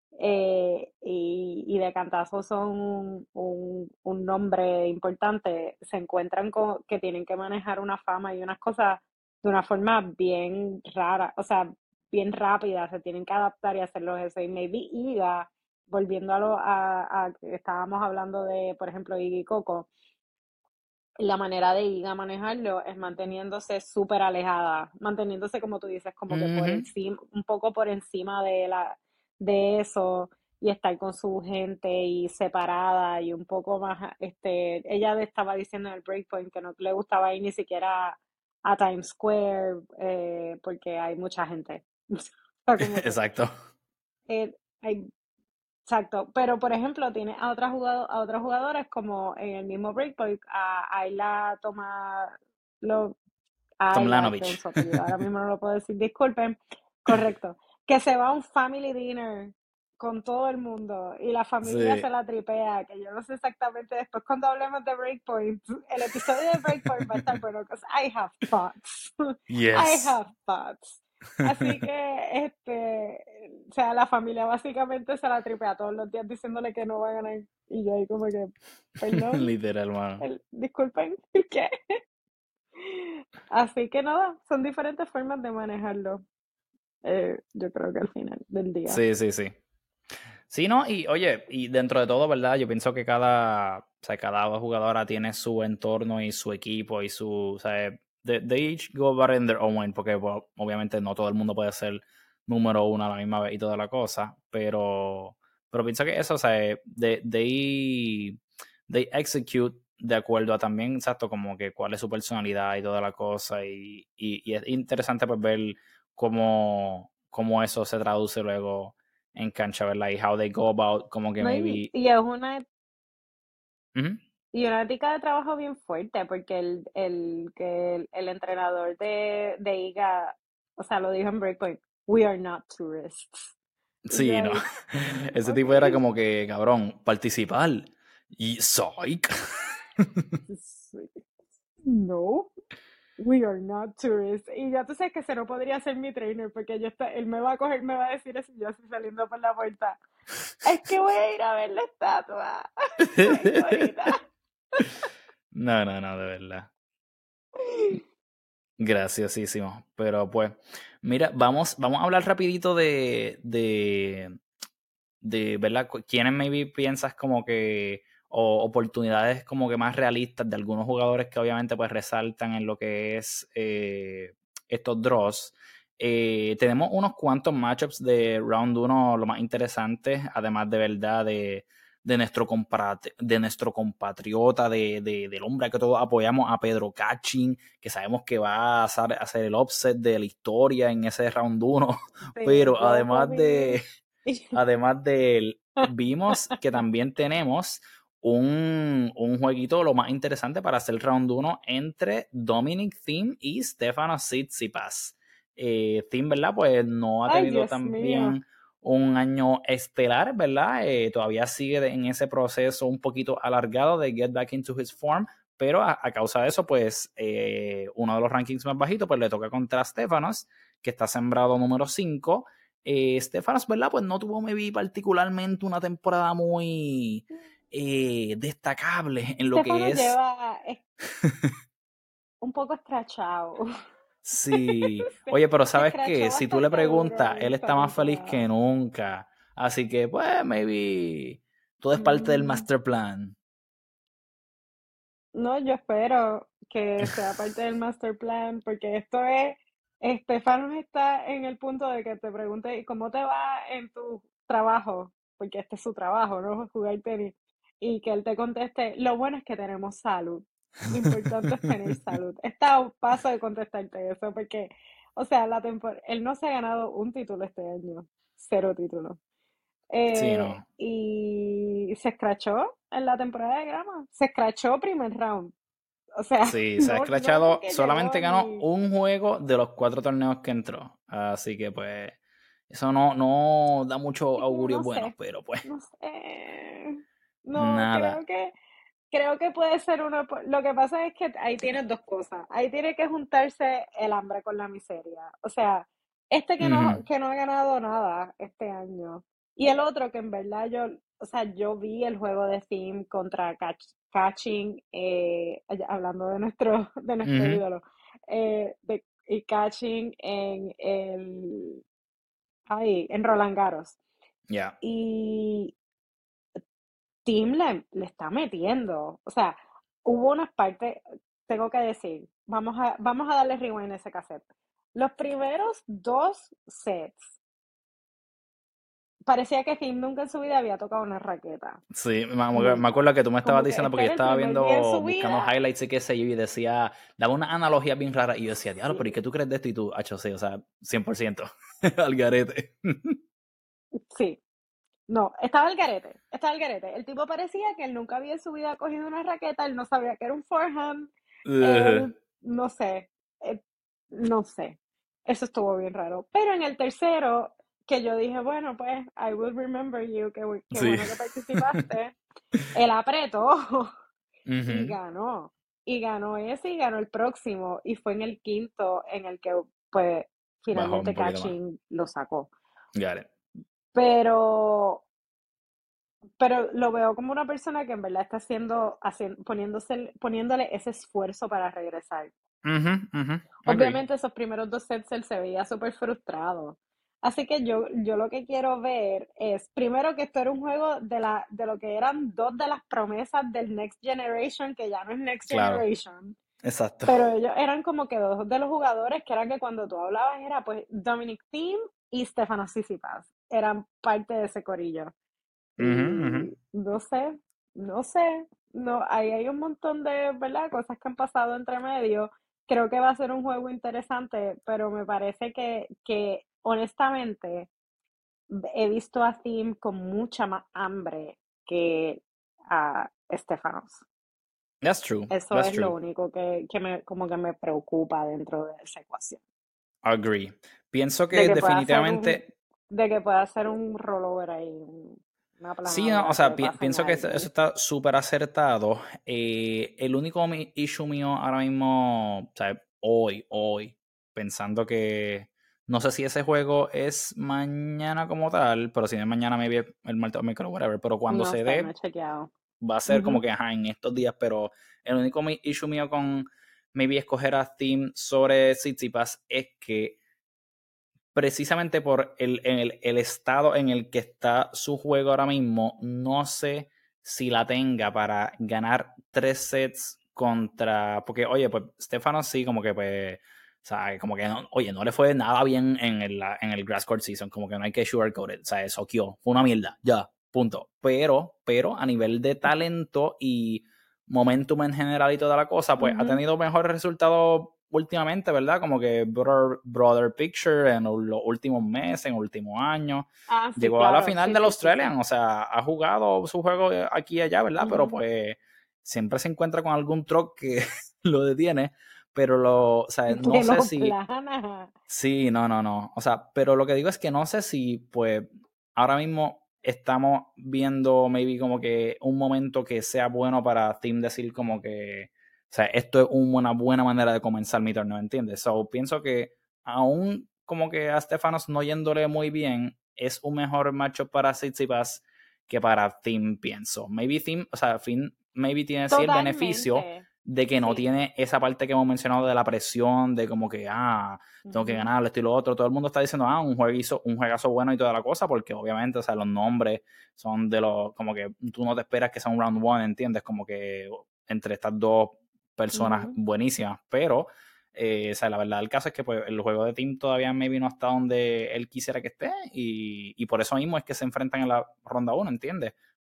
y de cantazo son un nombre importante, se encuentran con que tienen que manejar una fama y unas cosas de una forma bien rara, o sea, bien rápida, se tienen que adaptar y hacerlo eso. Y maybe Iga, volviendo a que estábamos hablando de, por ejemplo, Iggy Coco, la manera de Iga manejarlo es manteniéndose súper alejada, manteniéndose, como tú dices, como que por Ujú, encima, un poco por encima de eso, y estar con su gente y separada y un poco más, ella estaba diciendo en el Breakpoint que no le gustaba ir ni siquiera a Times Square, porque hay mucha gente. O sea, como que exacto. hay. Exacto, pero por ejemplo tiene a otros jugadores como en el mismo Breakpoint, a Ayla toma lo Ayla, que es Tomlanovich. su apellido, ahora mismo no lo puedo decir, disculpen, correcto, que se va a un family dinner con todo el mundo y la familia Sí. se la tripea, que yo no sé exactamente después cuando hablemos de Breakpoint, el episodio de Breakpoint va a estar bueno, because I have thoughts, I Yes. have thoughts. Así que, o sea, la familia básicamente se la tripea todos los días diciéndole que no va a ganar. Y yo ahí como que, perdón, Literal, mano. disculpen, ¿qué? Así que nada, son diferentes formas de manejarlo, yo creo que al final del día. Sí, sí, sí. Sí, ¿no? Y oye, y dentro de todo, ¿verdad? Yo pienso que cada jugadora tiene su entorno y su equipo y su, o sea, they each go about it in their own way, porque bueno, obviamente no todo el mundo puede ser número uno a la misma vez y toda la cosa, pero pienso que eso, o sea, they execute de acuerdo a también, exacto, como que cuál es su personalidad y toda la cosa, y es interesante pues ver cómo eso se traduce luego en cancha, ¿verdad? Y how they go about, como que No, maybe. y es una, Ujú. y una ética de trabajo bien fuerte, porque el entrenador de IGA, o sea, lo dijo en Breakpoint, we are not tourists. Y yo Sí, no. ahí, Ese ok. tipo era como que, cabrón, participar. Y soy. No, we are not tourists. Y ya tú sabes que ese no podría ser mi trainer porque él me va a coger, me va a decir eso y yo así saliendo por la puerta. Es que voy a ir a ver la estatua. Vengo ahorita. No, no, no, de verdad. Graciosísimo. Pero pues, mira, vamos a hablar rapidito de ¿verdad? ¿Quiénes maybe piensas como que, o oportunidades como que más realistas de algunos jugadores que obviamente pues resaltan en lo que es estos draws? Tenemos unos cuantos matchups de round 1 lo más interesantes, además de verdad de nuestro compatriota, del hombre que todos apoyamos, a Pedro Cachin, que sabemos que va a hacer el upset de la historia en ese round 1, Sí, pero yo por además mí. Además de él, vimos que también tenemos un jueguito lo más interesante para hacer round 1 entre Dominic Thiem y Stefanos Tsitsipas. Thiem, ¿verdad? Pues no ha Ay, tenido Dios mío. también un año estelar, ¿verdad? Todavía sigue en ese proceso un poquito alargado de get back into his form, pero a causa de eso, pues uno de los rankings más bajitos, pues le toca contra Stefanos, que está sembrado número 5. Stefanos, ¿verdad? Pues no tuvo, maybe, particularmente una temporada muy destacable en lo Estefano que es. lleva un poco estrachado. Sí. Oye, pero Se ¿sabes qué? escrachó Si tú le bastante duro preguntas, en él esta está más feliz que temporada. nunca. Así que, pues, maybe todo es parte del Mm, master plan. No, yo espero que sea parte del master plan, porque esto es, Estefanos está en el punto de que te pregunte, ¿y cómo te va en tu trabajo? Porque este es su trabajo, ¿no? Jugar tenis. Y que él te conteste, lo bueno es que tenemos salud. Lo importante es tener salud. Está a un paso de contestarte eso, porque, o sea, él no se ha ganado un título este año, cero títulos. Sí, no. Y se escrachó en la temporada de grama. Se escrachó primer round. O sea, Sí, se ha no fue escrachado, que solamente llegó ganó ni... un juego de los 4 torneos que entró. Así que pues, eso no da mucho Así que augurio no bueno, sé, pero pues, no sé. No, nada. creo que puede ser uno. Lo que pasa es que ahí tienes dos cosas. Ahí tiene que juntarse el hambre con la miseria. O sea, Ujú. que no ha ganado nada este año. Y el otro que en verdad o sea, yo vi el juego de Thiem contra Catching, hablando de nuestro Ujú. ídolo, y Catching ahí, en Roland Garros. Ya. Y Tim le está metiendo. O sea, hubo unas partes, tengo que decir, vamos a darle rewind a ese cassette. Los primeros dos sets, parecía que Tim nunca en su vida había tocado una raqueta. Sí, me Nunca. acuerdo que tú me estabas Como que diciendo este porque yo era el estaba primer día en viendo, su buscando vida. highlights y qué sé yo, y decía, daba una analogía bien rara, y yo decía, diablo, pero ¿y qué Sí, tú crees de esto? Y tú, sí, o sea, 100%, al garete. sí. No, estaba el garete, estaba el garete. El tipo parecía que él nunca había en su vida cogido una raqueta, él no sabía que era un forehand, él, no sé, eh, no sé. Eso estuvo bien raro. Pero en el tercero, que yo dije, bueno, pues, I will remember you, qué Sí. bueno que participaste, él apretó y Ujú. ganó. Y ganó ese y ganó el próximo. Y fue en el quinto en el que, pues, Bajó un finalmente poquito más. Catching lo sacó. Got it. Pero lo veo como una persona que en verdad está poniéndole ese esfuerzo para regresar. Ujú, ujú. Agree. Obviamente esos primeros dos sets él se veía súper frustrado. Así que yo lo que quiero ver es, primero que esto era un juego de lo que eran dos de las promesas del Next Generation, que ya no es Next Claro. Generation, Exacto. pero ellos eran como que dos de los jugadores que eran que cuando tú hablabas era pues Dominic Thiem y Stefanos Tsitsipas, eran parte de ese corillo. Ujú, ujú. Y no sé, no, ahí hay un montón de, ¿verdad? Cosas que han pasado entre medio. Creo que va a ser un juego interesante, pero me parece que honestamente he visto a Thiem con mucha más hambre que a Stefanos. That's true. Eso That's es lo true. único como que me preocupa dentro de esa ecuación. Agree. Pienso De que que pueda hacer un, definitivamente de que pueda hacer un rollover ahí, una sí, no, o planadora sea, que pasen pienso a que eso alguien. está súper acertado. El único issue mío ahora mismo, o sea, hoy, pensando que no sé si ese juego es mañana como tal, pero si no es mañana, maybe el martes o miércoles, whatever, pero cuando No se sé, no he dé, chequeado. va a ser como Ujú. que, ajá, en estos días, pero el único issue mío con maybe escoger a Steam sobre Tsitsipas es que precisamente por el estado en el que está su juego ahora mismo, no sé si la tenga para ganar 3 sets contra. Porque, oye, pues Stefano sí, como que pues. O sea, como que no, oye, no le fue nada bien en el Grass Court Season, como que no hay que sugarcoat it, o sea, soqueó, fue una mierda, ya, punto. Pero a nivel de talento y momentum en general y toda la cosa, pues ha Ujú. tenido mejores resultados últimamente, ¿verdad? Como que Brother Picture en los últimos meses, en los últimos años. Ah, sí, Llegó a la claro. final Sí, del sí, sí, sí. Australian, o sea, ha jugado su juego aquí y allá, ¿verdad? Pero Ujú. pues siempre se encuentra con algún truck que lo detiene, pero o sea, no Que sé lo si, plana. sí, no, o sea, pero lo que digo es que no sé si, pues, ahora mismo estamos viendo maybe como que un momento que sea bueno para Team decir como que, o sea, esto es una buena manera de comenzar mi torneo, ¿entiendes? So, pienso que aún como que a Stefanos no yéndole muy bien, es un mejor matchup para Tsitsipas que para Team, pienso. Maybe Team, o sea, Finn maybe tiene sí el beneficio Totalmente. de que no Sí. tiene esa parte que hemos mencionado de la presión, de como que, tengo que Ujú. ganar esto y lo otro. Todo el mundo está diciendo, un juegazo bueno y toda la cosa, porque obviamente, o sea, los nombres son de los, como que tú no te esperas que sea un round one, ¿entiendes? Como que entre estas dos personas Ujú. buenísimas, pero o sea, la verdad del caso es que pues, el juego de Team todavía maybe no está donde él quisiera que esté y por eso mismo es que se enfrentan en la ronda 1, ¿entiendes?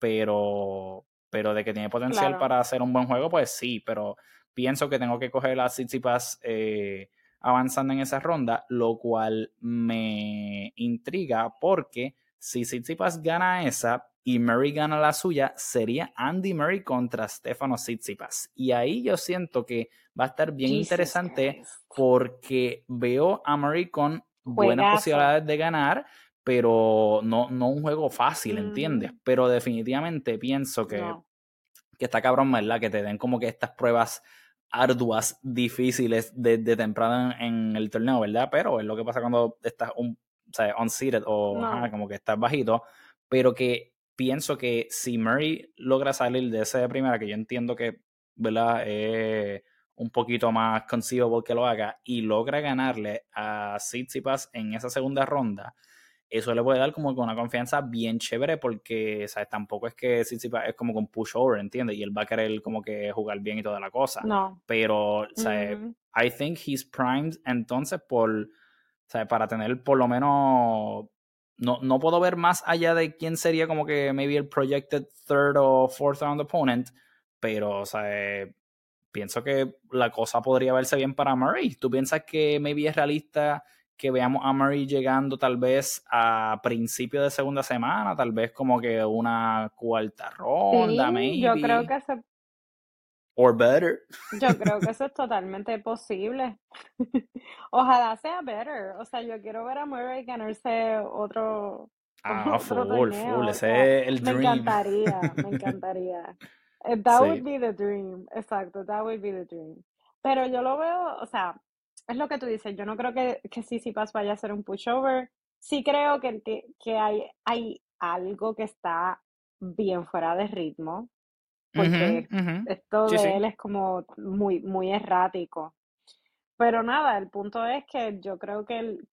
Pero de que tiene potencial Claro, para hacer un buen juego, pues sí, pero pienso que tengo que coger a Tsitsipas avanzando en esa ronda, lo cual me intriga porque si Tsitsipas gana esa y Murray gana la suya, sería Andy Murray contra Stefano Tsitsipas. Y ahí yo siento que va a estar bien Jesus interesante Christ. porque veo a Murray con buenas Juegazo. posibilidades de ganar, pero no un juego fácil, ¿entiendes? Ujú. Pero definitivamente pienso No, que está cabrón, ¿verdad? Que te den como que estas pruebas arduas, difíciles de temprano en el torneo, ¿verdad? Pero es lo que pasa cuando estás o sea, unseeded o ajá, no, como que estás bajito, pero que pienso que si Murray logra salir de ese de primera, que yo entiendo que, ¿verdad? Un poquito más conceivable que lo haga y logra ganarle a Tsitsipas en esa segunda ronda, eso le puede dar como que una confianza bien chévere porque, ¿sabes? Tampoco es que Tsitsipas es como con pushover, ¿entiendes? Y él va a querer como que jugar bien y toda la cosa. no. Pero, ¿sabes? Ujú. I think he's primed entonces ¿sabes? Para tener por lo menos... No puedo ver más allá de quién sería como que maybe el projected third o fourth round opponent, pero, ¿sabes? Pienso que la cosa podría verse bien para Murray. ¿Tú piensas que maybe es realista que veamos a Murray llegando tal vez a principio de segunda semana, tal vez como que una cuarta ronda, Sí, maybe, or better? yo creo que eso es totalmente posible. Ojalá sea better. O sea, yo quiero ver a Murray ganarse otro, Ah, otro full, torneo. O sea, ese es el me dream. encantaría, me encantaría. That would Sí. be the dream. Exacto, that would be the dream. Pero yo lo veo, o sea, es lo que tú dices. Yo no creo que Tsitsipas vaya a ser un pushover. Sí creo que hay algo que está bien fuera de ritmo, Ujú, porque ujú. esto Sí, de él sí. es como muy, muy errático. Pero nada, el punto es que yo creo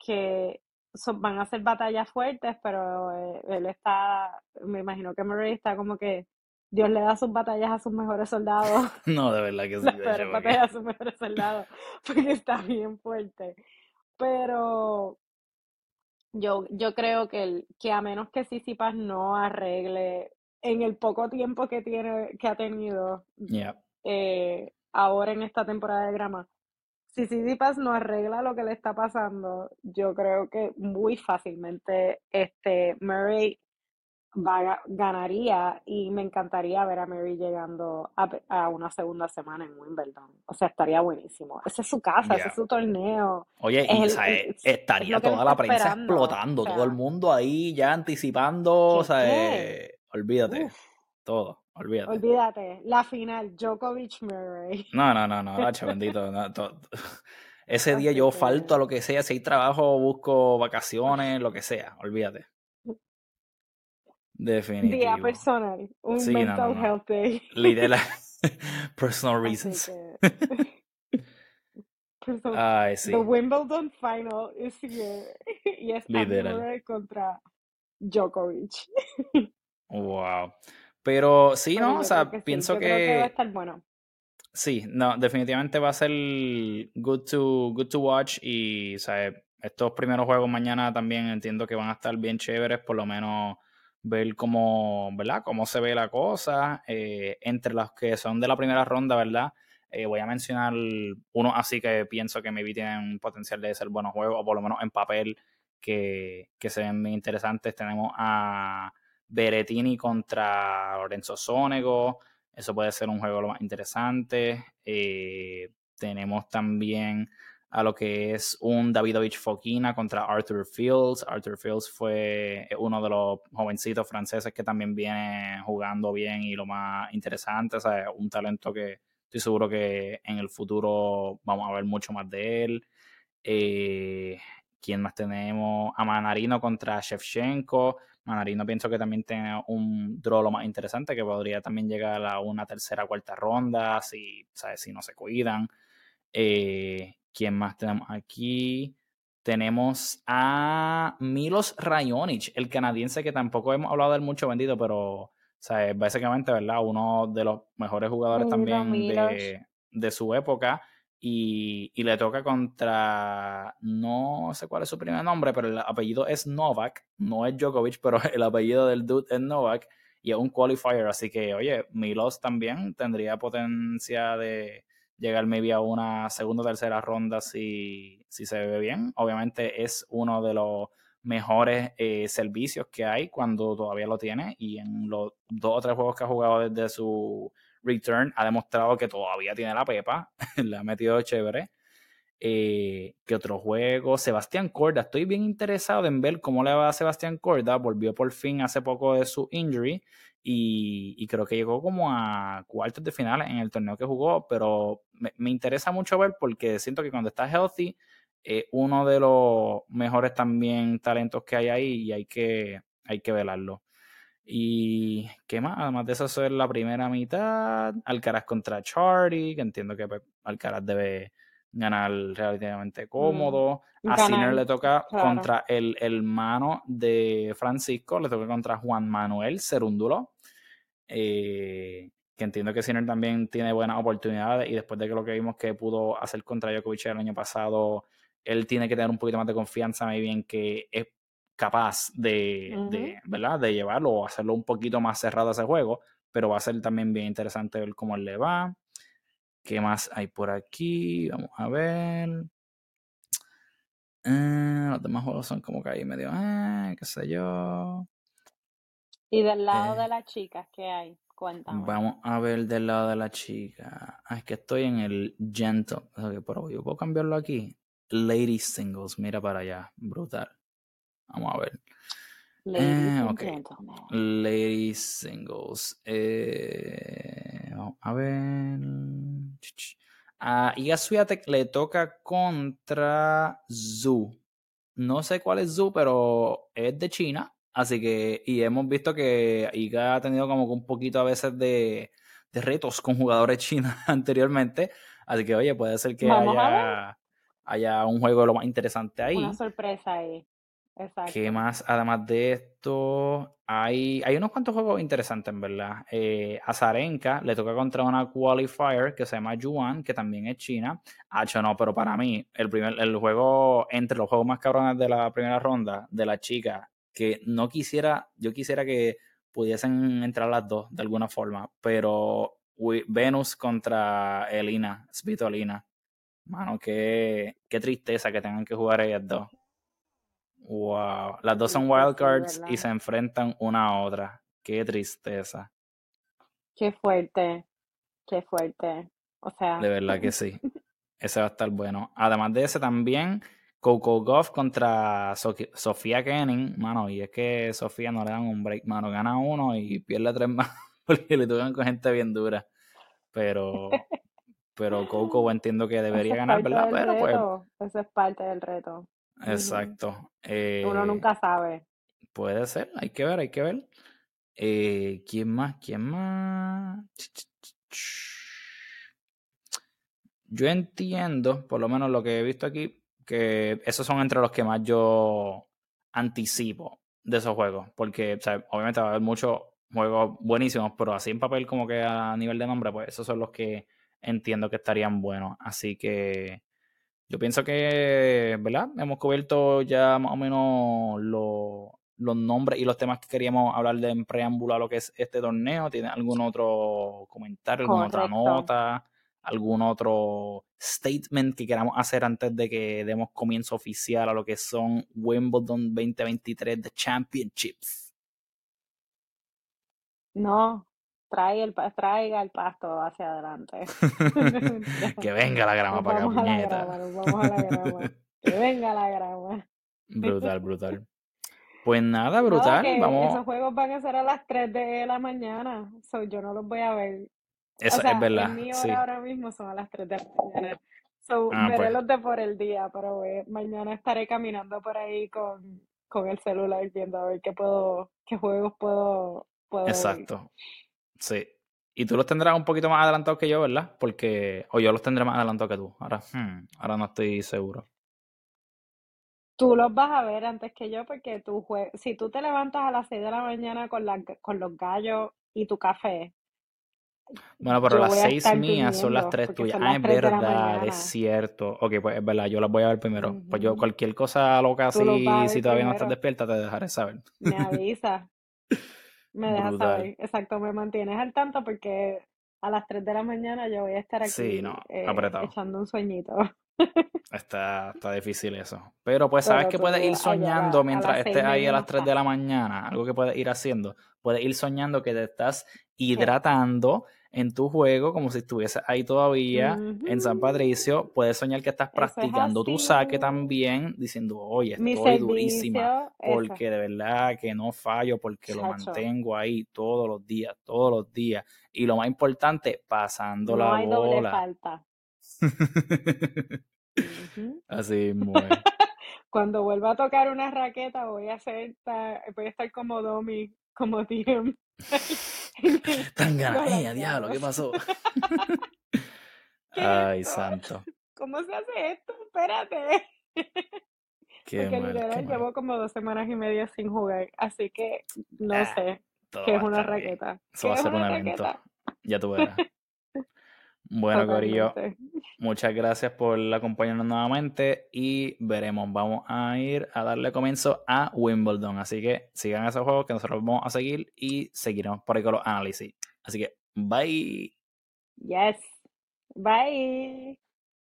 que van a ser batallas fuertes, pero él está, me imagino que Murray está como que Dios le da sus batallas a sus mejores soldados, No, de verdad que sí, las de peores hecho, porque... batallas a sus mejores soldados, porque está bien fuerte. Pero yo creo que a menos que Sisipas no arregle en el poco tiempo que ha tenido Yeah, ahora en esta temporada de grama, si Tsitsipas no arregla lo que le está pasando, yo creo que muy fácilmente Murray ganaría y me encantaría ver a Murray llegando a una segunda semana en Wimbledon. O sea, estaría buenísimo. Ese es su casa, ese es yeah. su torneo. Oye, Es, y o sea, es lo estaría que él toda está la prensa esperando. O explotando, todo el sea, mundo ahí ya anticipando, o sea, ¿qué? olvídate, Uf, todo, olvídate. olvídate. La final, Djokovic-Murray. No, hacho, bendito. Ese día Así yo falto a que, lo que sea, si hay trabajo, busco vacaciones, lo que sea, olvídate. día Definitivo. personal, un Sí, mental no. health day. Literal. Personal Así reasons. que, so, Ay, the sí, Wimbledon final is here. Y es Andy literal. Murray contra Djokovic. Wow. Pero sí, Pero ¿no? O yo creo sea, que sí, pienso yo creo que va a que estar bueno. sí, no, definitivamente va a ser good to watch y, o sea, estos primeros juegos mañana también entiendo que van a estar bien chéveres, por lo menos ver cómo, ¿verdad? Cómo se ve la cosa. Entre los que son de la primera ronda, ¿verdad? Voy a mencionar uno así que pienso que maybe tienen potencial de ser buenos juegos, o por lo menos en papel, que se ven muy interesantes. Tenemos a Berrettini contra Lorenzo Sonego. Eso puede ser un juego lo más interesante. Tenemos también a lo que es un Davidovich Fokina contra Arthur Fields. Arthur Fields fue uno de los jovencitos franceses que también viene jugando bien y lo más interesante, o sea, un talento que estoy seguro que en el futuro vamos a ver mucho más de él. Eh, ¿Quién más tenemos? A Manarino contra Shevchenko. Manarino pienso que también tiene un draw lo más interesante, que podría también llegar a una tercera, cuarta ronda, si, ¿sabes? Si no se cuidan. ¿Quién más tenemos aquí? Tenemos a Milos Raonic, el canadiense que tampoco hemos hablado de él mucho, bendito, pero sea, es básicamente, ¿verdad? Uno de los mejores jugadores Milo, también Milos. de su época. Y le toca contra, no sé cuál es su primer nombre, pero el apellido es Novak, no es Djokovic, pero el apellido del dude es Novak y es un qualifier, así que, oye, Milos también tendría potencia de llegar maybe a una segunda o tercera ronda si se ve bien. Obviamente es uno de los mejores servicios que hay cuando todavía lo tiene y en los 2 o 3 juegos que ha jugado desde su return ha demostrado que todavía tiene la pepa, le ha metido chévere. ¿Qué otro juego? Sebastián Corda. Estoy bien interesado en ver cómo le va a Sebastián Corda. Volvió por fin hace poco de su injury y creo que llegó como a cuartos de final en el torneo que jugó, pero me interesa mucho ver porque siento que cuando está healthy, uno de los mejores también talentos que hay ahí y hay que velarlo. ¿Y qué más? Además de eso, eso es la primera mitad. Alcaraz contra Chardy, que entiendo que pues, Alcaraz debe ganar relativamente Mm, cómodo. A Sinner ganar, le toca claro. contra el hermano de Francisco, le toca contra Juan Manuel Cerúndulo. Que entiendo que Sinner también tiene buenas oportunidades y después de que lo que vimos que pudo hacer contra Djokovic el año pasado, él tiene que tener un poquito más de confianza, maybe, en que es capaz Ujú. ¿verdad? De llevarlo o hacerlo un poquito más cerrado ese juego, pero va a ser también bien interesante ver cómo él le va. ¿Qué más hay por aquí? Vamos a ver. Los demás juegos son como que ahí medio, qué sé yo. Y del lado Eh, de las chicas, ¿qué hay? Cuéntame. Vamos a ver del lado de la chica. Es que estoy en el gentle. Ok, pero yo puedo cambiarlo aquí. Ladies singles, mira para allá. Brutal. Vamos a ver. Ladies and Ok. gentlemen. Ladies singles. Vamos a ver. A Iga Swiatek le toca contra Zhu. No sé cuál es Zhu, pero es de China. Así que, y hemos visto que Iga ha tenido como que un poquito a veces de retos con jugadores chinos anteriormente. Así que, oye, puede ser que Vamos a ver haya un juego de lo más interesante una ahí. sorpresa ahí. ¿Qué Exacto. más? Además de esto, hay unos cuantos juegos interesantes, en verdad. A Zarenka le toca contra una qualifier que se llama Yuan, que también es China. Hacho, no, pero para mí, el juego entre los juegos más cabrones de la primera ronda de la chica, que no quisiera, yo quisiera que pudiesen entrar las dos de alguna forma, pero Venus contra Elina, Svitolina. Mano, qué tristeza que tengan que jugar ellas dos. Wow, las Qué dos son triste, sí, wildcards y ¿verdad? se enfrentan una a otra. Qué tristeza. Qué fuerte, qué fuerte. O De sea, verdad que sí. Ese va a estar bueno. Además de ese también, Coco Gauff contra Sofía Kenin. Mano, y es que Sofía no le dan un break, mano. Gana uno y pierde 3 más porque le tocan con gente bien dura. Pero, pero Coco entiendo que eso debería es ganar, parte ¿verdad? del Pero pues, reto. Eso es parte del reto. Ujú. exacto. Uno nunca sabe. Puede ser, hay que ver, hay que ver. ¿Quién más? ¿Quién más? Yo entiendo, por lo menos lo que he visto aquí, que esos son entre los que más yo anticipo de esos juegos. Porque, o sea, obviamente va a haber muchos juegos buenísimos, pero así en papel como que a nivel de nombre, pues esos son los que entiendo que estarían buenos. Así que yo pienso que, ¿verdad? Hemos cubierto ya más o menos los nombres y los temas que queríamos hablar de en preámbulo a lo que es este torneo. ¿Tiene algún otro comentario, alguna otra Correcto. nota, algún otro statement que queramos hacer antes de que demos comienzo oficial a lo que son Wimbledon 2023 The Championships? No, traiga el pasto hacia adelante. Ya, Que venga la grama nos para acá, vamos a la grama, puñeta. nos vamos a la grama. Que venga la grama. Brutal, brutal. Pues nada, Nada, brutal. que Vamos. esos juegos van a ser a las 3 de la mañana. So, yo no los voy a ver. O Eso es sea, en verdad, mi hora sí. ahora mismo son a las 3 de la mañana. So, Ah, veré pues, los de por el día, pero mañana estaré caminando por ahí con el celular viendo a ver qué juegos puedo ver. exacto. Sí. Y tú los tendrás un poquito más adelantados que yo, ¿verdad? Porque, o yo los tendré más adelantados que tú. Ahora no estoy seguro. Tú los vas a ver antes que yo porque si tú te levantas a las 6 de la mañana con los gallos y tu café, Bueno, pero yo las voy a 6 estar mías son las durmiendo 3 porque tuyas. son Ah, las es 3 de la verdad, es mañana. cierto. Ok, pues es verdad, yo las voy a ver primero. Pues yo Ujú. cualquier cosa loca, Tú los vas a si ver todavía no estás primero. despierta, te dejaré saber. Me avisas, me dejas Brutal. saber. Exacto, me mantienes al tanto porque a las 3 de la mañana yo voy a estar Sí, aquí no, apretado. echando un sueñito. Está difícil eso. Pero pues sabes Pero que puedes tú ir allá soñando a mientras las 6 estés ahí a las menos 3 de estás. la mañana. Algo que puedes ir haciendo. Puedes ir soñando que te estás ¿Qué? hidratando en tu juego como si estuvieses ahí todavía en San Ujú. Patricio. Puedes soñar que estás Eso es practicando tu saque así. también, diciendo, oye, Mi estoy durísima, servicio, eso, porque de verdad que no fallo, porque lo chacho. mantengo ahí todos los días. Y lo más importante, pasando No la hay doble bola. falta. Ujú. Así mismo es. Cuando vuelva a tocar una raqueta voy a estar como Domi, como TM Tangana, a diablo, ¿qué balanceados. pasó? ¿Qué es Ay, esto? santo. ¿Cómo se hace esto? Espérate. Qué Porque mal, qué literal mal. llevo como 2 semanas y media sin jugar, así que no Ah, sé todo qué va es a una estar bien. raqueta. Eso va ¿Qué a es ser un una evento. raqueta? Ya tú verás. Bueno, Corillo, Totalmente. muchas gracias por acompañarnos nuevamente y veremos. Vamos a ir a darle comienzo a Wimbledon. Así que sigan esos juegos que nosotros vamos a seguir y seguiremos por ahí con los análisis. Así que, bye. Yes. Bye.